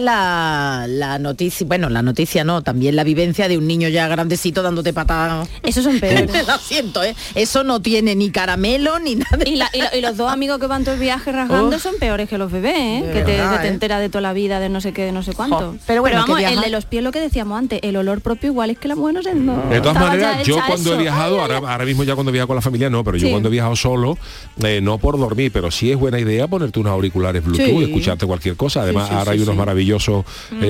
la noticia, bueno, la noticia no, también la vivencia de un niño ya grandecito dándote patadas. Esos son peores. Lo siento, ¿eh? Eso no tiene ni caramelo ni nada. Y los dos amigos que van todo el viaje rasgando Uf. son peores que los bebés, ¿eh? De Que te verdad, entera de toda la vida, de no sé qué, de no sé cuánto. Jo, pero bueno, vamos, que viajar- el de los pies, lo que decíamos antes, el olor propio igual es que la mujer no se... De todas estaba maneras, ya yo hecha cuando he eso. viajado, ahora mismo ya cuando viajo con la familia no, pero yo Sí. cuando he viajado solo, no por dormir, pero sí es buena idea ponerte unos auriculares Bluetooth, Sí. escucharte cualquier cosa. Además, Sí, sí, ahora sí, hay unos sí. maravillosos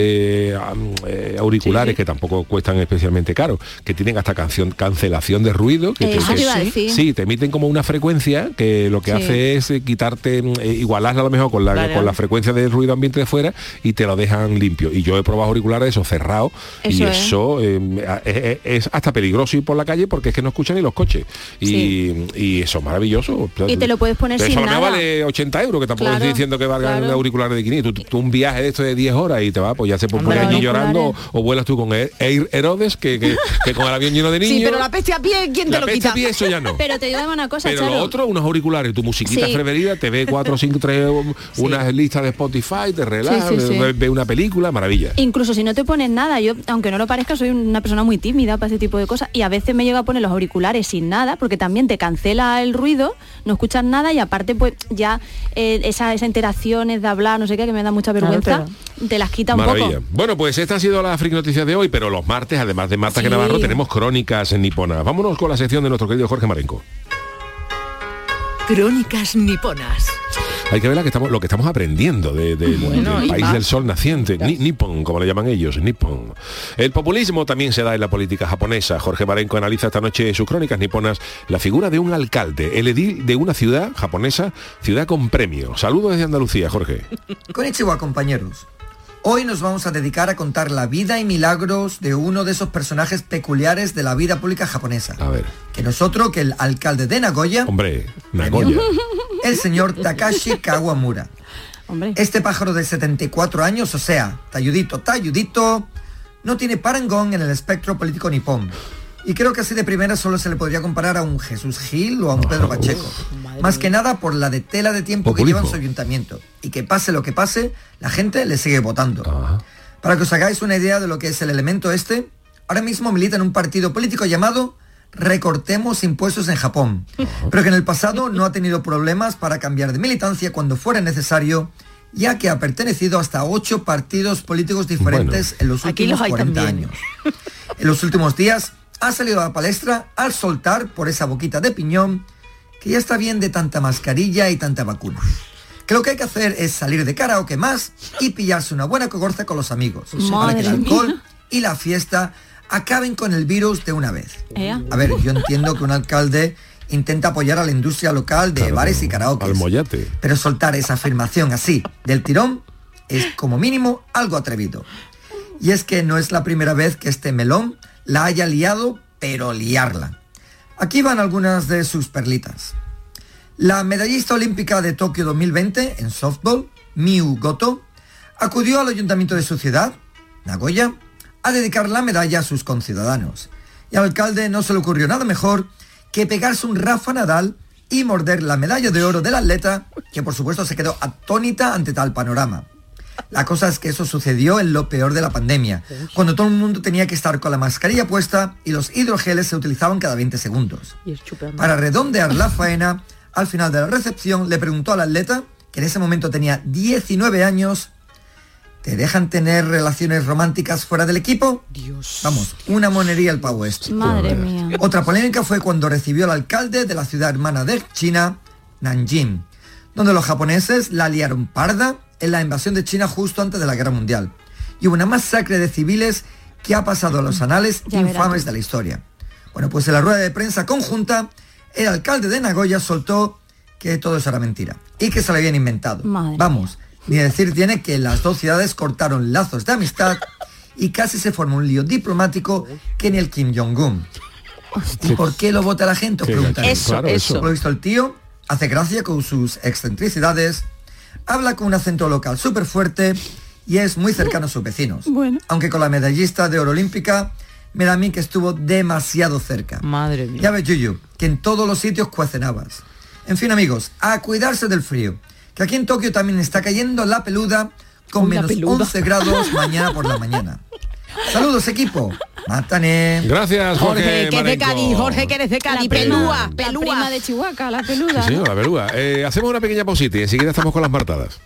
auriculares que tampoco cuestan especialmente caro, que tienen hasta cancelación de ruido. Que Eso te iba a decir. sí, te emiten como una frecuencia que lo que Sí. hace es quitarte, igualarla a lo mejor con la Claro. frecuencia del ruido ambiente de fuera y te lo dejan limpio. Y yo he probado auriculares esos cerrados y Eso es. eso es hasta peligroso ir por la calle porque es que no escuchan ni los coches y eso es maravilloso. Y te lo puedes poner Eso sin a lo mejor nada. vale 80 euros, que tampoco Claro, estoy diciendo que valgan claro. auriculares de 500. Tú un viaje de esto de 10 horas y te va, pues ya se pone Hombre, allí auriculares. llorando o vuelas tú con Herodes que con el avión lleno de niños. Sí, pero la peste a pie, ¿quién te lo quita? La peste a pie, eso ya no. Pero te digo una cosa, Pero Charo. lo otro, unos auriculares, tu musiquita Sí. preferida, te ve 4, 5, 3, unas listas de Spotify, te relajas, Sí, sí, sí. ve una película, maravilla. Incluso si no te pones nada, yo, aunque no lo parezca, soy una persona muy tímida para ese tipo de cosas y a veces me llego a poner los auriculares sin nada, porque también te cancela el ruido, no escuchas nada y aparte pues ya esas interacciones de hablar, no sé qué, que me da mucha vergüenza, te las quita un Maravilla. poco. Bueno, pues esta ha sido la Freak Noticias de hoy, pero los martes, además de Marta Sí. Navarro, tenemos crónicas niponas. Vámonos con la sección de nuestro querido Jorge Marenco. Crónicas niponas. Hay que ver lo que estamos aprendiendo del país del sol naciente, Nippon, como le llaman ellos, Nippon. El populismo también se da en la política japonesa. Jorge Marenco analiza esta noche sus crónicas niponas la figura de un alcalde, el edil de una ciudad japonesa, ciudad con premio. Saludos desde Andalucía, Jorge. Konnichiwa, compañeros. Hoy nos vamos a dedicar a contar la vida y milagros de uno de esos personajes peculiares de la vida pública japonesa. A ver. Que no es otro que el alcalde de Nagoya, Hombre, Nagoya. el señor Takashi Kawamura. Hombre. Este pájaro de 74 años, o sea, talludito, no tiene parangón en el espectro político nipón. Y creo que así de primera solo se le podría comparar a un Jesús Gil o a un Pedro Pacheco. Más que nada por la de tela de tiempo que lleva en su ayuntamiento. Y que pase lo que pase, la gente le sigue votando. Ajá. Para que os hagáis una idea de lo que es el elemento este, ahora mismo milita en un partido político llamado Recortemos Impuestos en Japón. Pero que en el pasado no ha tenido problemas para cambiar de militancia cuando fuera necesario, ya que ha pertenecido hasta 8 partidos políticos diferentes en los Aquí últimos los hay 40 también. años. En los últimos días ha salido a la palestra al soltar por esa boquita de piñón que ya está bien de tanta mascarilla y tanta vacuna. Que lo que hay que hacer es salir de karaoke más y pillarse una buena cogorza con los amigos. Para que el Madre alcohol mía. y la fiesta acaben con el virus de una vez. Ea. A ver, yo entiendo que un alcalde intenta apoyar a la industria local de bares y karaoke. Al mollate. Pero soltar esa afirmación así, del tirón, es como mínimo algo atrevido. Y es que no es la primera vez que este melón la haya liado, pero liarla. Aquí van algunas de sus perlitas. La medallista olímpica de Tokio 2020 en softball, Miu Goto, acudió al ayuntamiento de su ciudad, Nagoya, a dedicar la medalla a sus conciudadanos. Y al alcalde no se le ocurrió nada mejor que pegarse un Rafa Nadal y morder la medalla de oro del atleta, que por supuesto se quedó atónita ante tal panorama. La cosa es que eso sucedió en lo peor de la pandemia, cuando todo el mundo tenía que estar con la mascarilla puesta y los hidrogeles se utilizaban cada 20 segundos. Para redondear la faena, al final de la recepción le preguntó al atleta, que en ese momento tenía 19 años, ¿te dejan tener relaciones románticas fuera del equipo? Dios. Vamos, una monería el pavo este. Madre mía. Otra polémica fue cuando recibió al alcalde de la ciudad hermana de China, Nanjing, donde los japoneses la liaron parda en la invasión de China justo antes de la Guerra Mundial. Y hubo una masacre de civiles que ha pasado a los anales Ya verás infames tú. de la historia. Bueno, pues en la rueda de prensa conjunta, el alcalde de Nagoya soltó que todo eso era mentira y que se lo habían inventado. Madre Vamos, ni decir tiene que las dos ciudades cortaron lazos de amistad y casi se formó un lío diplomático que ni el Kim Jong-un. ¿Y por qué lo vota la gente? Os preguntaréis. Eso, Claro, eso. Por lo visto el tío hace gracia con sus excentricidades, habla con un acento local súper fuerte y es muy cercano a sus vecinos. Bueno. Aunque con la medallista de oro olímpica me da a mí que estuvo demasiado cerca. Madre mía. Ya ves, Yuyu, que en todos los sitios cuecen habas. En fin, amigos, a cuidarse del frío, que aquí en Tokio también está cayendo la peluda con La menos peluda. 11 grados mañana por la mañana. Saludos, equipo. Mátane. Gracias, Jorge. Jorge, que es de Marenco. Cádiz, Jorge, que eres de Cádiz, pelúa, La pelúa. prima de Chihuahua, la peluda. Sí, señor, la verúa. Hacemos una pequeña pausita y enseguida estamos con las martadas.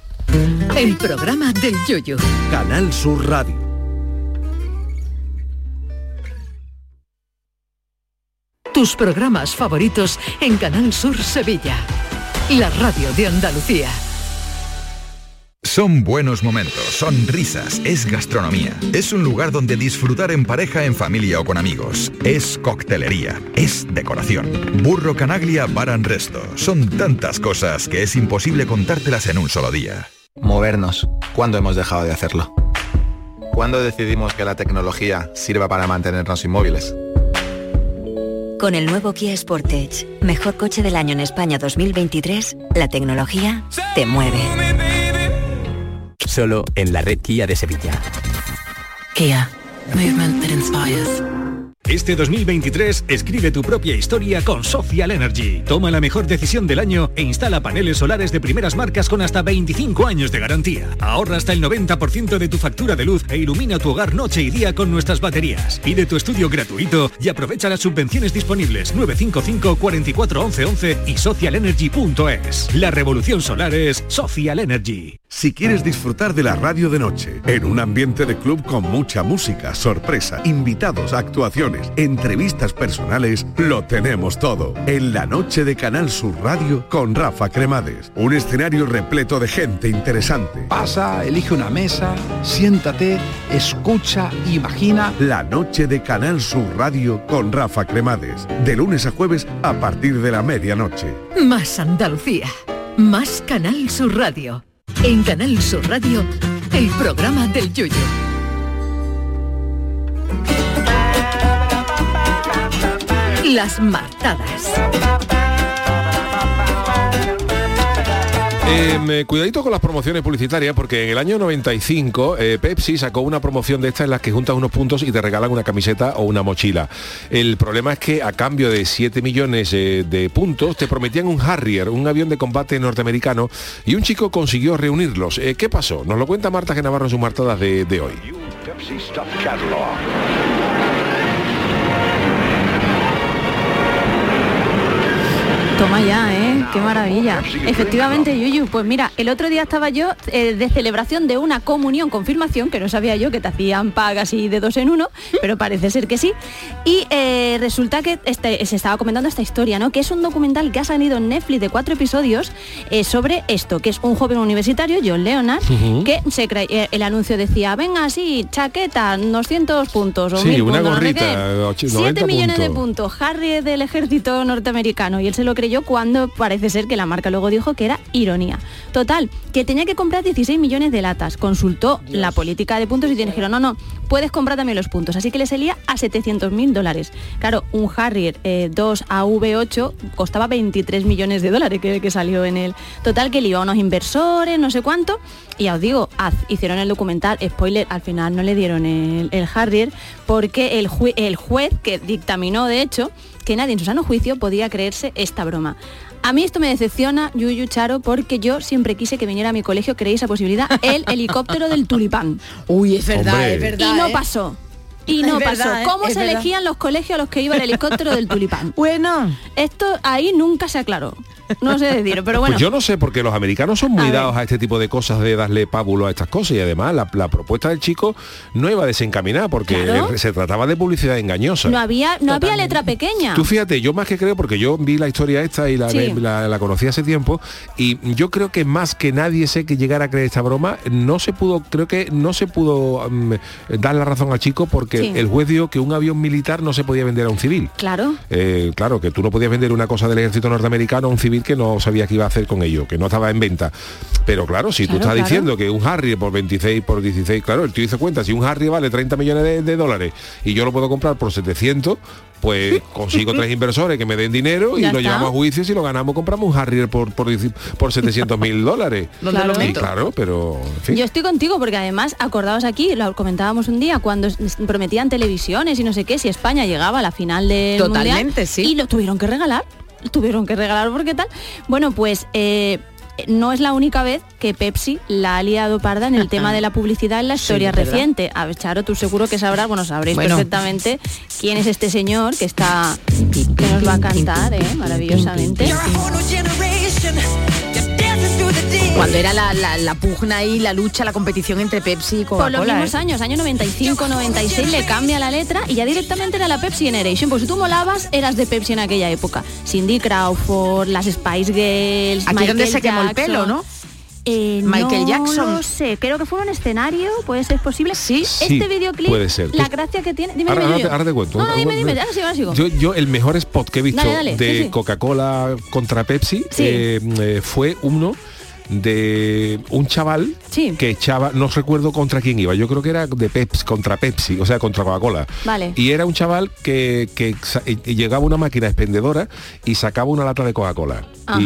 El programa del yoyo. Canal Sur Radio. Tus programas favoritos en Canal Sur Sevilla. La radio de Andalucía. Son buenos momentos, son risas, es gastronomía. Es un lugar donde disfrutar en pareja, en familia o con amigos. Es coctelería, es decoración. Burro Canaglia Bar and Resto. Son tantas cosas que es imposible contártelas en un solo día. Movernos. ¿Cuándo hemos dejado de hacerlo? ¿Cuándo decidimos que la tecnología sirva para mantenernos inmóviles? Con el nuevo Kia Sportage, mejor coche del año en España 2023, la tecnología te mueve. Solo en la red Kia de Sevilla. Kia, Movement that inspires. Este 2023 escribe tu propia historia con Social Energy. Toma la mejor decisión del año e instala paneles solares de primeras marcas con hasta 25 años de garantía. Ahorra hasta el 90% de tu factura de luz e ilumina tu hogar noche y día con nuestras baterías. Pide tu estudio gratuito y aprovecha las subvenciones disponibles 955 44 11 11 y socialenergy.es. La revolución solar es Social Energy. Si quieres disfrutar de la radio de noche, en un ambiente de club con mucha música, sorpresa, invitados, actuaciones, entrevistas personales, lo tenemos todo. En la noche de Canal Sur Radio con Rafa Cremades. Un escenario repleto de gente interesante. Pasa, elige una mesa, siéntate, escucha, imagina. La noche de Canal Sur Radio con Rafa Cremades. De lunes a jueves a partir de la medianoche. Más Andalucía. Más Canal Sur Radio. En Canal Sur Radio, el programa del Yoyo. Las martadas. Cuidadito con las promociones publicitarias, porque en el año 95 Pepsi sacó una promoción de estas en las que juntas unos puntos y te regalan una camiseta o una mochila. El problema es que a cambio de 7 millones de puntos te prometían un Harrier, un avión de combate norteamericano, y un chico consiguió reunirlos. ¿Qué pasó? Nos lo cuenta Marta G. Navarro en sus martadas de hoy. Toma ya, qué maravilla. Efectivamente, Yuyu, pues mira, el otro día estaba yo de celebración de una comunión, confirmación, que no sabía yo que te hacían pagas y de 2 en 1, pero parece ser que sí. Y resulta que se estaba comentando esta historia, ¿no? Que es un documental que ha salido en Netflix de 4 episodios sobre esto, que es un joven universitario, John Leonard, que el anuncio decía, venga, sí, chaqueta, 200 puntos, o sí, 1000 una puntos, gorrita, no sé qué, 7 millones de puntos, Harry del ejército norteamericano, y él se lo creyó cuando parece ser que la marca luego dijo que era ironía. Total, que tenía que comprar 16 millones de latas. Consultó la política de puntos y te dijeron, no, puedes comprar también los puntos. Así que le salía a $700.000. Claro, un Harrier 2 AV8 costaba 23 millones de dólares que salió en él. Total, que le iba a unos inversores, no sé cuánto. Y ya os digo, hicieron el documental, spoiler, al final no le dieron el Harrier porque el juez que dictaminó, de hecho, que nadie en su sano juicio podía creerse esta broma. A mí esto me decepciona, Yuyu, Charo, porque yo siempre quise que viniera a mi colegio, creéis esa posibilidad, el helicóptero del tulipán. Uy, es verdad, Hombre. es verdad. Y no pasó. Y no pasó. ¿Cómo se elegían los colegios a los que iba el helicóptero del tulipán? Bueno, esto ahí nunca se aclaró. No sé decir, pero bueno. Pues yo no sé, porque los americanos son muy dados a este tipo de cosas, de darle pábulo a estas cosas, y además la propuesta del chico no iba desencaminada, porque Claro. se trataba de publicidad engañosa. No había letra pequeña. Tú fíjate, yo más que creo, porque yo vi la historia esta y Sí. la conocí hace tiempo, y yo creo que más que nadie sé que llegara a creer esta broma, no se pudo dar la razón al chico, porque Sí. el juez dijo que un avión militar no se podía vender a un civil. Claro. Claro, que tú no podías vender una cosa del ejército norteamericano a un civil que no sabía qué iba a hacer con ello, que no estaba en venta. Pero claro, si tú estás diciendo que un Harrier por 26, por 16, claro, el tío hizo cuenta, si un Harrier vale 30 millones de dólares y yo lo puedo comprar por 700, pues consigo 3 inversores que me den dinero y Ya lo está. llevamos a juicio, y si lo ganamos compramos un Harrier por $700.000. Y claro, pero en fin. Yo estoy contigo, porque además, acordaos aquí, lo comentábamos un día, cuando prometían televisiones y no sé qué, si España llegaba a la final del Totalmente, Mundial, sí. y lo tuvieron que regalar porque tal. Bueno, pues no es la única vez que Pepsi la ha liado parda en el tema de la publicidad en la historia es verdad. reciente. A ver, Charo, tú seguro que sabrás, sabréis perfectamente quién es este señor que nos va a cantar, maravillosamente. cuando era la pugna y la lucha, la competición entre Pepsi y Coca-Cola. Por los mismos años, año 95, 96, le cambia la letra y ya directamente era la Pepsi Generation. Pues si tú molabas, eras de Pepsi en aquella época. Cindy Crawford, las Spice Girls, Aquí Michael donde se quemó el Jackson. pelo, ¿no? Michael Jackson. No sé, creo que fue un escenario, puede ser posible. Sí, este videoclip, puede ser. la gracia que tiene. Dime, Ahora te cuento. No, dime, ahora sigo. Yo el mejor spot que he visto Dale, de sí. Coca-Cola contra Pepsi Sí. fue uno de un chaval que echaba, no recuerdo contra quién iba, yo creo que era de Pepsi, contra Pepsi, o sea, contra Coca-Cola. Vale. Y era un chaval que llegaba a una máquina expendedora y sacaba una lata de Coca-Cola.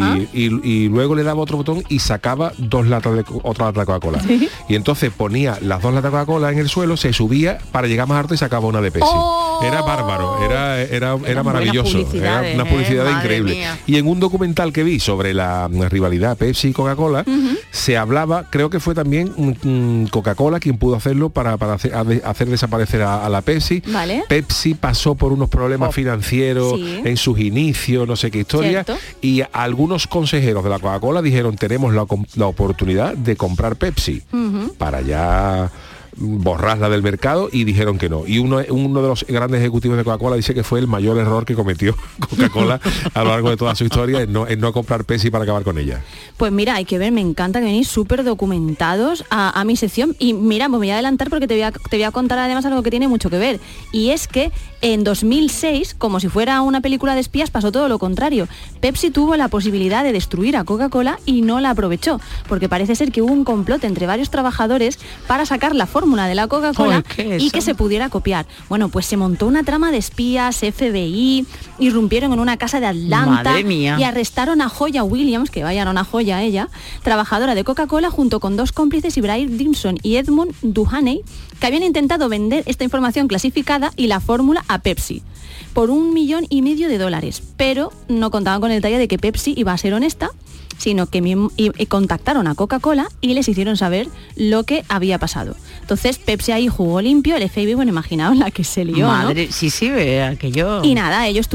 Y luego le daba otro botón y sacaba otra lata de Coca-Cola. ¿Sí? Y entonces ponía las 2 latas de Coca-Cola en el suelo, se subía para llegar más alto y sacaba una de Pepsi. Era bárbaro, era maravilloso. Era una publicidad increíble. Mía. Y en un documental que vi sobre la rivalidad Pepsi y Coca-Cola, se hablaba, creo que fue también Coca-Cola quien pudo hacerlo para hacer desaparecer a la Pepsi. Vale. Pepsi pasó por unos problemas financieros en sus inicios, no sé qué historia, Cierto. y algunos consejeros de la Coca-Cola dijeron, tenemos la oportunidad de comprar Pepsi para ya borrarla del mercado, y dijeron que no. Y uno de los grandes ejecutivos de Coca-Cola dice que fue el mayor error que cometió Coca-Cola a lo largo de toda su historia, en no comprar Pepsi para acabar con ella. Pues mira, hay que ver, me encanta que venís súper documentados a mi sección. Y mira, me voy a adelantar porque te voy a contar además algo que tiene mucho que ver. Y es que en 2006, como si fuera una película de espías, pasó todo lo contrario. Pepsi tuvo la posibilidad de destruir a Coca-Cola y no la aprovechó, porque parece ser que hubo un complot entre varios trabajadores para sacar la fórmula de la Coca-Cola y que se pudiera copiar. Bueno, pues se montó una trama de espías, FBI, irrumpieron en una casa de Atlanta. Madre mía. Y arrestaron a Joya Williams, que vaya, una joya ella, trabajadora de Coca-Cola, junto con 2 cómplices, Ibrahim Dimson y Edmund Duhaney, que habían intentado vender esta información clasificada y la fórmula a Pepsi por $1,5 millones, pero no contaban con el detalle de que Pepsi iba a ser honesta, sino que contactaron a Coca-Cola y les hicieron saber lo que había pasado. Entonces Pepsi ahí jugó limpio, el FBI, bueno, imaginaos la que se lió, Madre, ¿no? sí, aquello. Y nada, ellos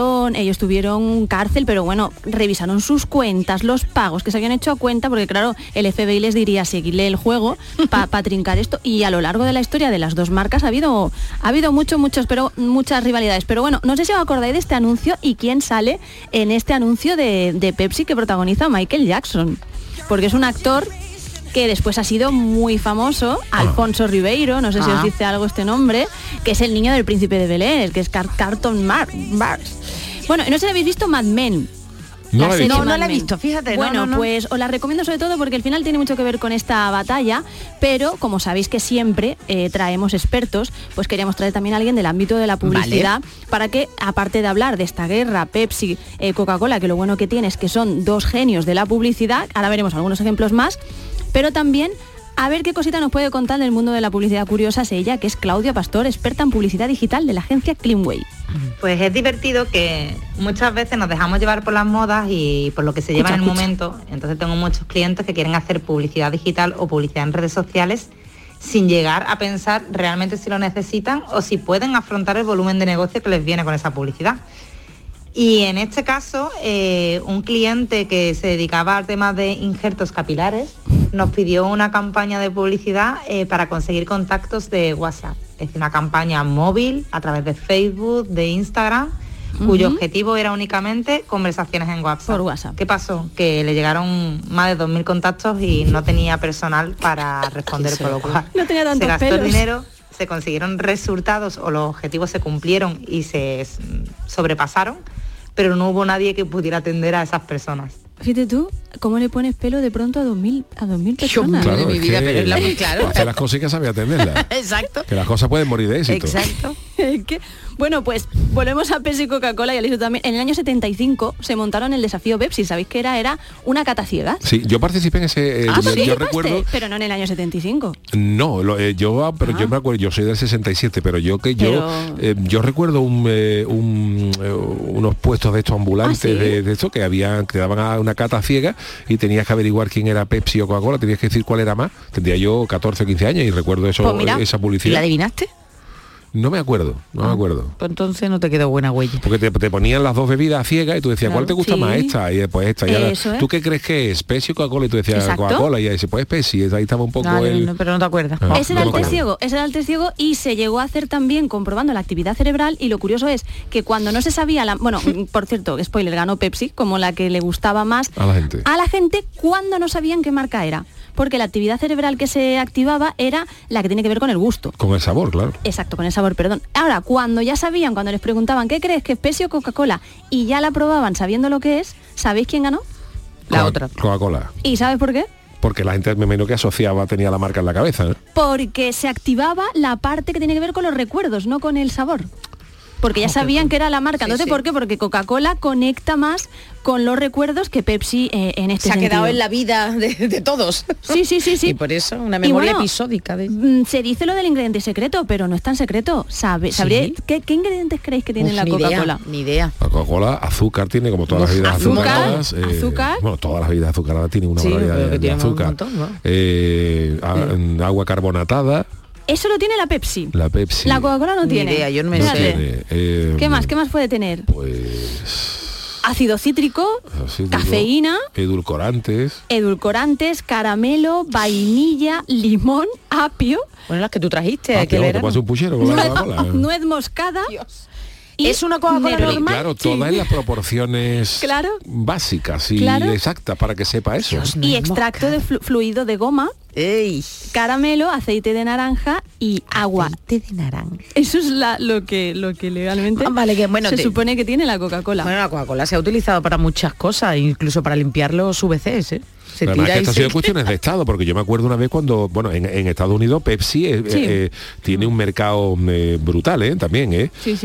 tuvieron cárcel, pero bueno, revisaron sus cuentas, los pagos que se habían hecho a cuenta, porque claro, el FBI les diría seguirle el juego para trincar esto, y a lo largo de la historia de las 2 marcas ha habido muchas rivalidades. Pero bueno, no sé si os acordáis de este anuncio y quién sale en este anuncio de Pepsi que protagoniza Michael Jackson, porque es un actor que después ha sido muy famoso, Alfonso Ribeiro, no sé si os dice algo este nombre, que es el niño del Príncipe de Bel-Air, que es Carlton Mars. Bueno, no sé si habéis visto Mad Men. No la he visto, fíjate. Bueno, pues os la recomiendo sobre todo porque al final tiene mucho que ver con esta batalla, pero como sabéis que siempre traemos expertos, pues queríamos traer también a alguien del ámbito de la publicidad, para que, aparte de hablar de esta guerra Pepsi, Coca-Cola, que lo bueno que tiene es que son 2 genios de la publicidad, ahora veremos algunos ejemplos más, pero también a ver qué cosita nos puede contar del mundo de la publicidad curiosa es ella, que es Claudia Pastor, experta en publicidad digital de la agencia Cleanway. Pues es divertido que muchas veces nos dejamos llevar por las modas y por lo que se lleva en el momento. Entonces tengo muchos clientes que quieren hacer publicidad digital o publicidad en redes sociales sin llegar a pensar realmente si lo necesitan o si pueden afrontar el volumen de negocio que les viene con esa publicidad. Y en este caso, un cliente que se dedicaba al tema de injertos capilares nos pidió una campaña de publicidad para conseguir contactos de WhatsApp. Es decir, una campaña móvil a través de Facebook, de Instagram, cuyo objetivo era únicamente conversaciones en WhatsApp. Por WhatsApp. ¿Qué pasó? Que le llegaron más de 2.000 contactos y no tenía personal para responder, por lo cual no tenía tantos se gastó pelos. el dinero, se consiguieron resultados o los objetivos se cumplieron y se sobrepasaron, pero no hubo nadie que pudiera atender a esas personas. Fíjate tú, ¿cómo le pones pelo de pronto a 2.000 personas? Claro, de mi vida, que pero es la muy claro. hace las cosas y que sabe atenderlas. Exacto. Que las cosas pueden morir de éxito. Exacto. Bueno, pues volvemos a Pepsi y Coca-Cola y al también. En el año 75 se montaron el desafío Pepsi. ¿Sabéis qué era? Una cata ciega. Sí, yo participé en ese. yo recuerdo. Pero no en el año 75. No, yo me acuerdo, yo soy del 67, pero yo recuerdo unos puestos de estos ambulantes de esto que daban a una cata ciega y tenías que averiguar quién era Pepsi o Coca-Cola, tenías que decir cuál era más. Tendría yo 14 o 15 años y recuerdo eso, pues mira, esa publicidad. ¿Y la adivinaste? No me acuerdo. Pues entonces no te quedó buena huella. Porque te ponían las 2 bebidas ciegas y tú decías, ¿cuál te gusta más? Esta. Y después esta. Y ahora, ¿tú qué crees que es? Pepsi o Coca-Cola. Y tú decías Coca-Cola. Y ahí dice, pues Pepsi. Ahí estaba un poco pero no te acuerdas. Ese era el test ciego y se llegó a hacer también comprobando la actividad cerebral. Y lo curioso es que cuando no se sabía, bueno, por cierto, spoiler, ganó Pepsi como la que le gustaba más a la gente cuando no sabían qué marca era. Porque la actividad cerebral que se activaba era la que tiene que ver con el gusto. Con el sabor, claro. Exacto, con el sabor, perdón. Ahora, cuando ya sabían, cuando les preguntaban, ¿qué crees que es Pepsi o Coca-Cola? Y ya la probaban sabiendo lo que es, ¿sabéis quién ganó? La otra. Coca-Cola. ¿Y sabes por qué? Porque la gente, me imagino que asociaba, tenía la marca en la cabeza, ¿no? Porque se activaba la parte que tiene que ver con los recuerdos, no con el sabor. Porque ya sabían que era la marca. Entonces, ¿por qué? Porque Coca-Cola conecta más con los recuerdos que Pepsi en este sentido. Se ha quedado en la vida de todos. Sí. Y por eso, una memoria episódica. Se dice lo del ingrediente secreto, pero no es tan secreto. ¿Sabría qué ingredientes creéis que tiene la Coca-Cola? Ni idea. La Coca-Cola, azúcar tiene, como todas las bebidas azucaradas. Azúcar. Bueno, todas las bebidas azucaradas tienen una barbaridad de azúcar. Montón, ¿no? Agua carbonatada. Eso lo tiene la Pepsi. La Pepsi. La Coca-Cola no tiene. Ni idea, yo no me sé. ¿Qué más puede tener? Pues... ácido cítrico, cafeína, edulcorantes, caramelo, vainilla, limón, apio. Bueno, las que tú trajiste. Apio, te pasa un puchero con la Coca-Cola. Nuez moscada. Dios. Y es una Coca-Cola normal. Claro, todas en las proporciones básicas y exactas para que sepa eso. Y extracto de fluido de goma, caramelo, aceite de naranja y agua. Aceite de naranja. Eso es lo que legalmente se supone que tiene la Coca-Cola. Bueno, la Coca-Cola se ha utilizado para muchas cosas, incluso para limpiar los VCs, ¿eh? Además que esto ha sido cuestiones de Estado, porque yo me acuerdo una vez cuando, bueno, en Estados Unidos Pepsi tiene un mercado brutal, también, Sí.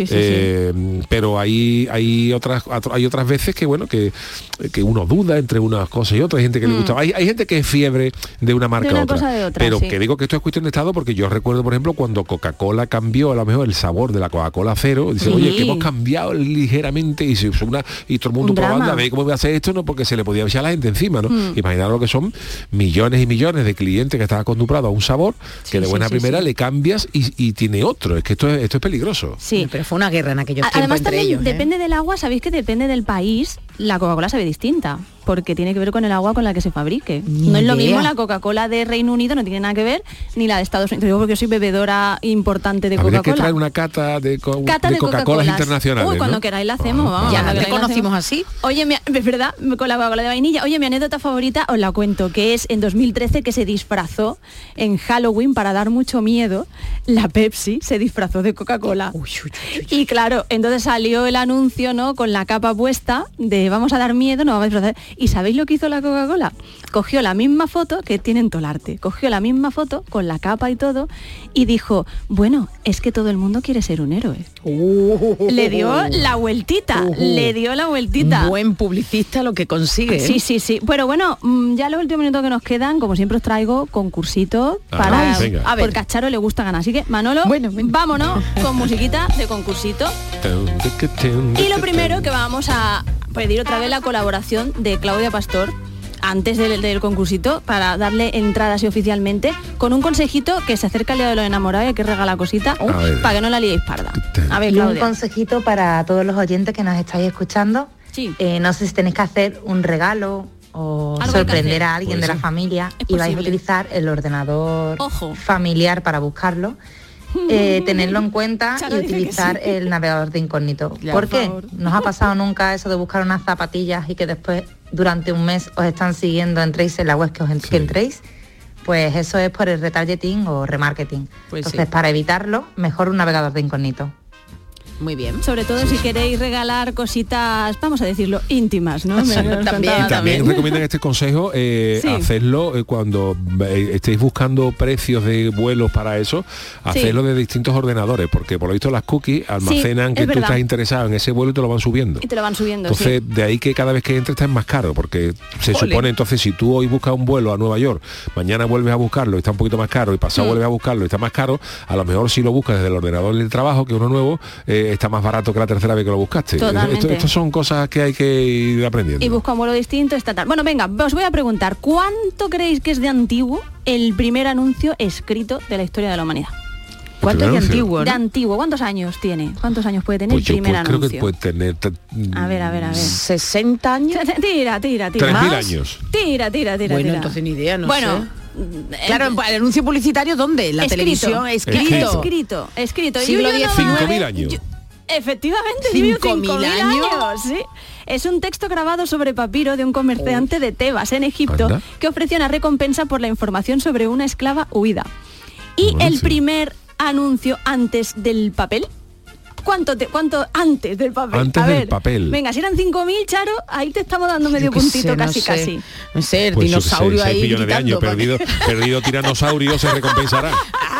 Pero hay otras veces que, bueno, que uno duda entre unas cosas y otras, hay gente que le gusta. Hay gente que es fiebre de una marca a otra. Pero que digo que esto es cuestión de Estado, porque yo recuerdo, por ejemplo, cuando Coca-Cola cambió a lo mejor el sabor de la Coca-Cola cero, dice, oye, que hemos cambiado ligeramente, y todo el mundo probando, a ver cómo voy a hacer esto, no, porque se le podía echar a la gente encima, ¿no? Imaginaros lo que son millones y millones de clientes que están acostumbrados a un sabor que de buena primera le cambias y tiene otro. Es que esto es peligroso. Sí, pero fue una guerra en aquellos tiempos. Además entre también ellos, depende del agua, sabéis que depende del país, la Coca-Cola sabe distinta, porque tiene que ver con el agua con la que se fabrique. No es lo mismo la Coca-Cola de Reino Unido, no tiene nada que ver, ni la de Estados Unidos. Digo porque yo soy bebedora importante de Coca-Cola. Habría que traer una cata de Coca-Colas internacionales. Cuando ¿no? queráis la hacemos, vamos. Ya te conocimos así. Oye, es verdad, con la Coca-Cola de vainilla. Oye, mi anécdota favorita os la cuento, que es en 2013 que se disfrazó en Halloween para dar mucho miedo. La Pepsi se disfrazó de Coca-Cola. Y claro, entonces salió el anuncio, ¿no? Con la capa puesta de vamos a dar miedo, no vamos a disfrazar. ¿Y sabéis lo que hizo la Coca-Cola? Cogió la misma foto que tiene en Tolarte, cogió la misma foto con la capa y todo y dijo, bueno, es que todo el mundo quiere ser un héroe. Le dio la vueltita, Buen publicista lo que consigue. Sí. Bueno, ya los últimos minutos que nos quedan, como siempre os traigo concursitos para... A ver, porque a Charo le gusta ganar. Así que, Manolo, vámonos con musiquita de concursito. Y lo primero que vamos a pedir otra vez la colaboración de Claudia Pastor antes del concursito para darle entrada así oficialmente con un consejito que se acerca al día de los enamorados y hay que regalar cosita para que no la liéis parda. A ver, Claudia. Un consejito para todos los oyentes que nos estáis escuchando. Sí. No sé si tenéis que hacer un regalo o sorprender a alguien de la familia y vais a utilizar el ordenador familiar para buscarlo. Tenerlo en cuenta y utilizar el navegador de incógnito. ¿Por qué? ¿No os ha pasado nunca eso de buscar unas zapatillas y que después durante un mes os están siguiendo, entréis en la web que entréis? Pues eso es por el retargeting o remarketing. Entonces, para evitarlo, mejor un navegador de incógnito. Muy bien. Sobre todo si queréis regalar cositas, vamos a decirlo, íntimas, ¿no? También recomiendan este consejo, hacerlo cuando estéis buscando precios de vuelos para eso, hacerlo de distintos ordenadores, porque por lo visto las cookies almacenan que tú estás interesado en ese vuelo y te lo van subiendo. Y te lo van subiendo, entonces, de ahí que cada vez que entres está más caro, porque se supone, entonces, si tú hoy buscas un vuelo a Nueva York, mañana vuelves a buscarlo y está un poquito más caro, y pasado vuelves a buscarlo y está más caro, a lo mejor si lo buscas desde el ordenador del trabajo, que uno nuevo, está más barato que la tercera vez que lo buscaste. Estas son cosas que hay que ir aprendiendo. Y busca un vuelo distinto, tal. Bueno, venga, os voy a preguntar, ¿cuánto creéis que es de antiguo el primer anuncio escrito de la historia de la humanidad? ¿Cuánto es de antiguo? ¿No? De antiguo, ¿cuántos años tiene? ¿Cuántos años puede tener el primer anuncio? Creo que puede tener... A ver. 60 años. Tira. 3.000 años. Tira. Bueno, entonces ni idea, no sé. Claro, el anuncio publicitario, ¿dónde? La televisión, escrito. Siglo XIX. 5.000 años. Efectivamente, 5.000 años. ¿sí? Es un texto grabado sobre papiro de un comerciante de Tebas, en Egipto, que ofreció una recompensa por la información sobre una esclava huida. Y el primer anuncio antes del papel, ¿Cuánto antes del papel? Antes del papel. Venga, si eran 5.000, Charo, ahí te estamos dando medio puntito, casi. No sé, el Pues dinosaurio 6 ahí millones de años gritando, perdido tiranosaurio se recompensará.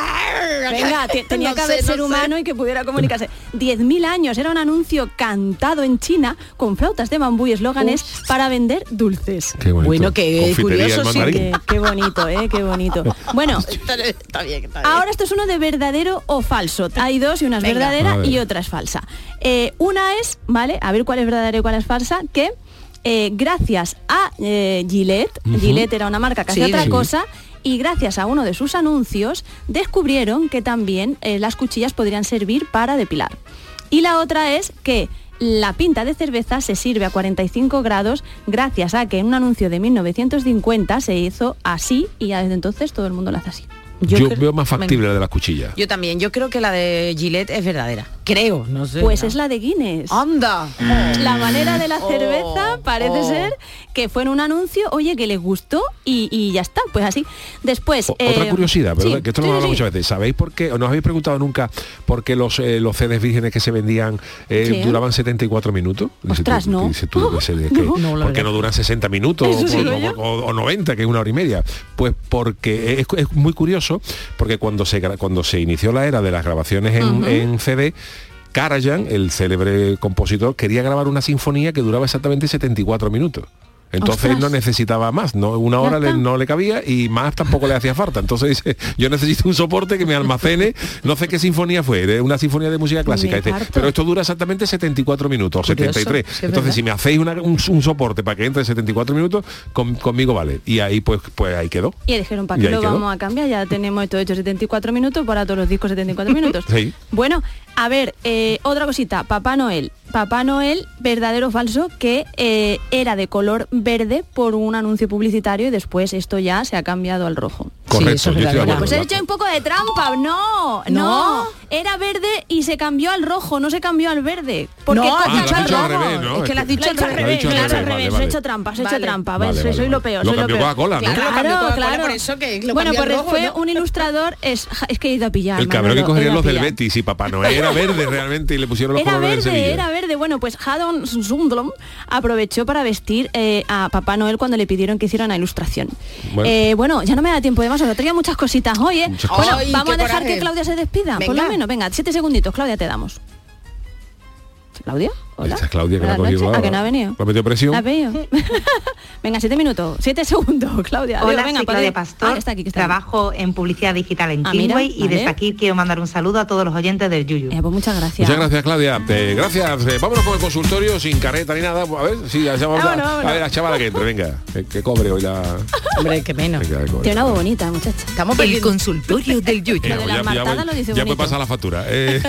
Venga, tenía que haber ser humano y que pudiera comunicarse. 10.000 años, era un anuncio cantado en China con flautas de bambú y eslóganes para vender dulces. Qué bonito. Bueno, qué curioso, sí. Qué bonito, qué bonito. Bueno, está bien. ahora esto es uno de verdadero o falso. Hay dos y una es verdadera y otra es falsa. Una es, ¿vale? A ver cuál es verdadera y cuál es falsa, que gracias a Gillette, Gillette era una marca que hacía otra cosa, y gracias a uno de sus anuncios descubrieron que también las cuchillas podrían servir para depilar. Y la otra es que la pinta de cerveza se sirve a 45 grados gracias a que en un anuncio de 1950 se hizo así y ya desde entonces todo el mundo lo hace así. Yo veo más factible la de las cuchillas. Yo también, yo creo que la de Gillette es verdadera. Creo, no sé. Pues es la de Guinness. ¡Anda! La manera de la cerveza parece ser que fue en un anuncio, oye, que les gustó y ya está, pues así. Después... otra curiosidad, ¿verdad? Sí, que esto lo hemos hablado muchas veces. ¿Sabéis por qué? ¿O nos habéis preguntado nunca por qué los CDs vírgenes que se vendían duraban 74 minutos? Ostras, no. ¿Por qué no duran 60 minutos o 90, que es 1 hora y media? Pues porque es muy curioso, porque cuando se inició la era de las grabaciones en CD, Karajan, el célebre compositor, quería grabar una sinfonía que duraba exactamente 74 minutos. Entonces no necesitaba más, ¿no? 1 hora no le cabía y más tampoco le hacía falta. Entonces dice, yo necesito un soporte que me almacene, no sé qué sinfonía fue, una sinfonía de música clásica. Pero esto dura exactamente 74 minutos, curioso, 73. Sí, entonces si me hacéis un soporte para que entre 74 minutos, conmigo vale. Y ahí pues ahí quedó. Y dijeron, ¿para qué lo vamos a cambiar? Ya tenemos esto hecho 74 minutos, para todos los discos 74 minutos. Sí. Bueno, a ver, otra cosita, Papá Noel, verdadero o falso, que era de color verde por un anuncio publicitario y después esto ya se ha cambiado al rojo. Correcto, sí, pues he hecho un poco de trampa, no, era verde y se cambió al rojo, no se cambió al verde. Porque lo has dicho al revés, ¿no? Es que lo has dicho al revés. He hecho trampa, soy lo peor. Lo cambió Coca-Cola, ¿no? Claro. Por eso que lo bueno, pues rojo, fue un ilustrador, es que he ido a pillar. El cabrón que cogerían los del Betis y Papá Noel era verde realmente y le pusieron los colores de Sevilla. Era verde. Bueno, pues Haddon Sundblom aprovechó para vestir a Papá Noel cuando le pidieron que hiciera una ilustración. Bueno, ya no me da tiempo de más, os traía muchas cositas hoy, Bueno, vamos a dejar que Claudia se despida, por lo menos. Venga, 7 segunditos, Claudia, te damos. ¿Claudia? Hola. Esta es Claudia que la ha cogido. ¿A que no ha venido? ¿Ha metido presión? ¿Ha venido? Venga, 7 minutos, 7 segundos, Claudia. Hola, venga, soy Claudia Pastor, está aquí. trabajo en publicidad digital en Kingway y desde aquí quiero mandar un saludo a todos los oyentes del Yuyu. Pues muchas gracias. Muchas gracias, Claudia. Gracias. Vámonos con el consultorio sin careta ni nada. A ver, sí, a ver, la chavala que entre, venga, que cobre hoy la... Hombre, que menos. Tiene una voz bonita, muchacha. Estamos el consultorio del Yuyu. Ya puede pasar la factura.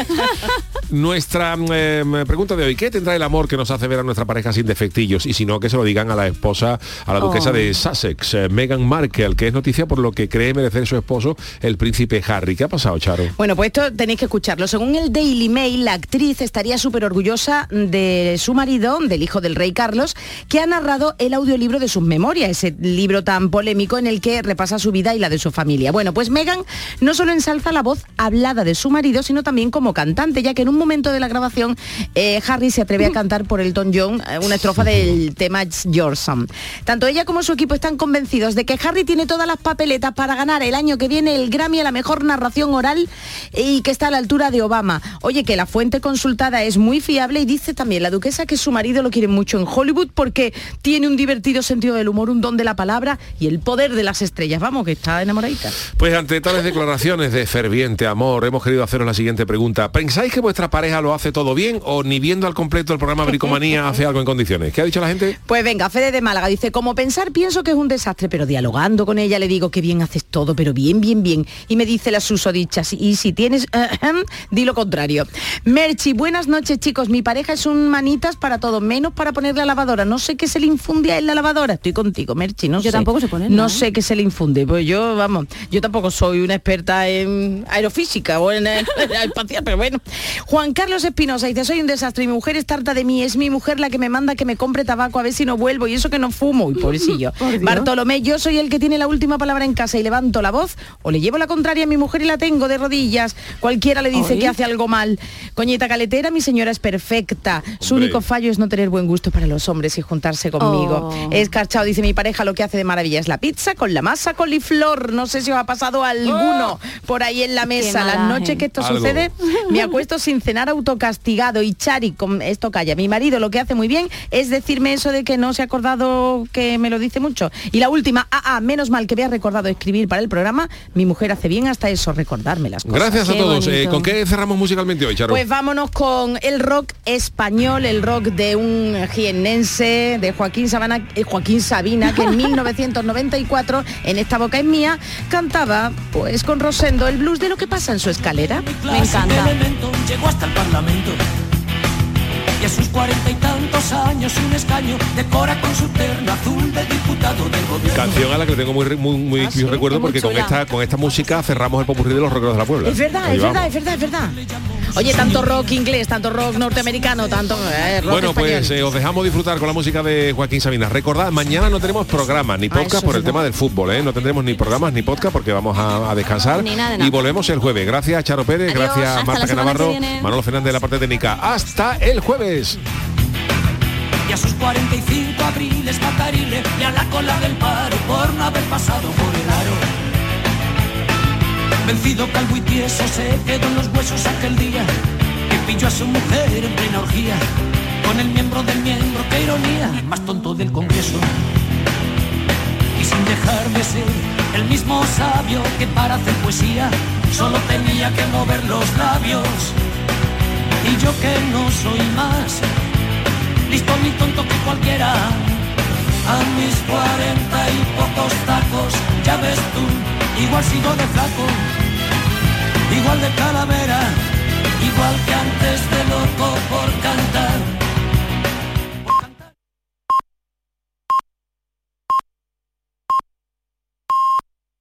Nuestra pregunta de hoy, ¿qué tendrá el amor que nos hace ver a nuestra pareja sin defectillos? Y si no, que se lo digan a la esposa, a la duquesa de Sussex, Meghan Markle, que es noticia por lo que cree merecer su esposo, el príncipe Harry. ¿Qué ha pasado, Charo? Bueno, pues esto tenéis que escucharlo. Según el Daily Mail, la actriz estaría súper orgullosa de su marido, del hijo del rey Carlos, que ha narrado el audiolibro de sus memorias, ese libro tan polémico en el que repasa su vida y la de su familia. Bueno, pues Meghan no solo ensalza la voz hablada de su marido, sino también como cantante, ya que en un momento de la grabación Harry se atreve a cantar por Elton John una estrofa del tema Your Song. Tanto ella como su equipo están convencidos de que Harry tiene todas las papeletas para ganar el año que viene el Grammy a la mejor narración oral y que está a la altura de Obama. Oye, que la fuente consultada es muy fiable y dice también la duquesa que su marido lo quiere mucho en Hollywood porque tiene un divertido sentido del humor, un don de la palabra y el poder de las estrellas. Vamos, que está enamoradita. Pues ante tales declaraciones de ferviente amor, hemos querido haceros la siguiente pregunta. ¿Pensáis que vuestra pareja lo hace todo bien o ni viendo al completo el programa Bricomanía hace algo en condiciones? ¿Qué ha dicho la gente? Pues venga, Fede de Málaga dice, como pensar pienso que es un desastre, pero dialogando con ella le digo que bien haces todo, pero bien. Y me dice la susodicha, y si tienes, di lo contrario. Merchi, buenas noches chicos, mi pareja es un manitas para todo, menos para poner la lavadora. No sé qué se le infunde en la lavadora. Estoy contigo, Merchi, no sé. Yo tampoco sé poner. No sé qué se le infunde. Pues yo tampoco soy una experta en aerofísica o en espacial, pero bueno. Juan Carlos Espinosa dice, soy un desastre, mi mujer está harta de mí, es mi mujer la que me manda que me compre tabaco a ver si no vuelvo, y eso que no fumo, y pobrecillo. Bartolomé, yo soy el que tiene la última palabra en casa y levanto la voz, o le llevo la contraria a mi mujer y la tengo de rodillas, cualquiera le dice que hace algo mal. Coñeta Caletera, mi señora es perfecta, su único fallo es no tener buen gusto para los hombres y juntarse conmigo. Escarchado dice, mi pareja lo que hace de maravilla es la pizza con la masa coliflor, no sé si os ha pasado a alguno por ahí en la mesa. Las noches que esto sucede, me acuesto sin cenar autocastigado, y Chari, con esto calla, mi marido lo que hace muy bien es decirme eso de que no se ha acordado, que me lo dice mucho. Y la última, menos mal que me ha recordado escribir para el programa, mi mujer hace bien hasta eso, recordarme las cosas. Gracias a todos. ¿Con qué cerramos musicalmente hoy, Charo? Pues vámonos con el rock español, el rock de un jiennense, de Joaquín Sabina, que en 1994, en Esta boca es mía, cantaba pues con Rosendo el blues de lo que pasa en su escalera. Me encanta. Llegó hasta el Parlamento y a sus 40 y tantos años un escaño decora con su terno azul de diputado del gobierno. Canción a la que tengo muy recuerdo, porque con esta música cerramos el popurrí de los rockeros de la Puebla. Es verdad. Oye, tanto rock inglés, tanto rock norteamericano, tanto rock bueno, español. pues os dejamos disfrutar con la música de Joaquín Sabina. Recordad, mañana no tenemos programa ni podcast por el tema del fútbol, ¿eh? No tendremos ni programas ni podcast porque vamos a descansar. Ni nada. Y volvemos el jueves. Gracias, Charo Pérez. Adiós, gracias, Marta Canavarro, Manolo Fernández de la parte técnica. Hasta el jueves. Y a sus 45 abriles matarile y a la cola del paro por no haber pasado por el aro. Vencido, calvo y tieso, se quedó en los huesos aquel día que pilló a su mujer en plena orgía con el miembro del miembro, qué ironía, más tonto del Congreso. Y sin dejar de ser el mismo sabio que para hacer poesía solo tenía que mover los labios. Y yo que no soy más listo ni tonto que cualquiera, a mis 40 y pocos tacos, ya ves tú, igual sigo de flaco, igual de calavera, igual que antes de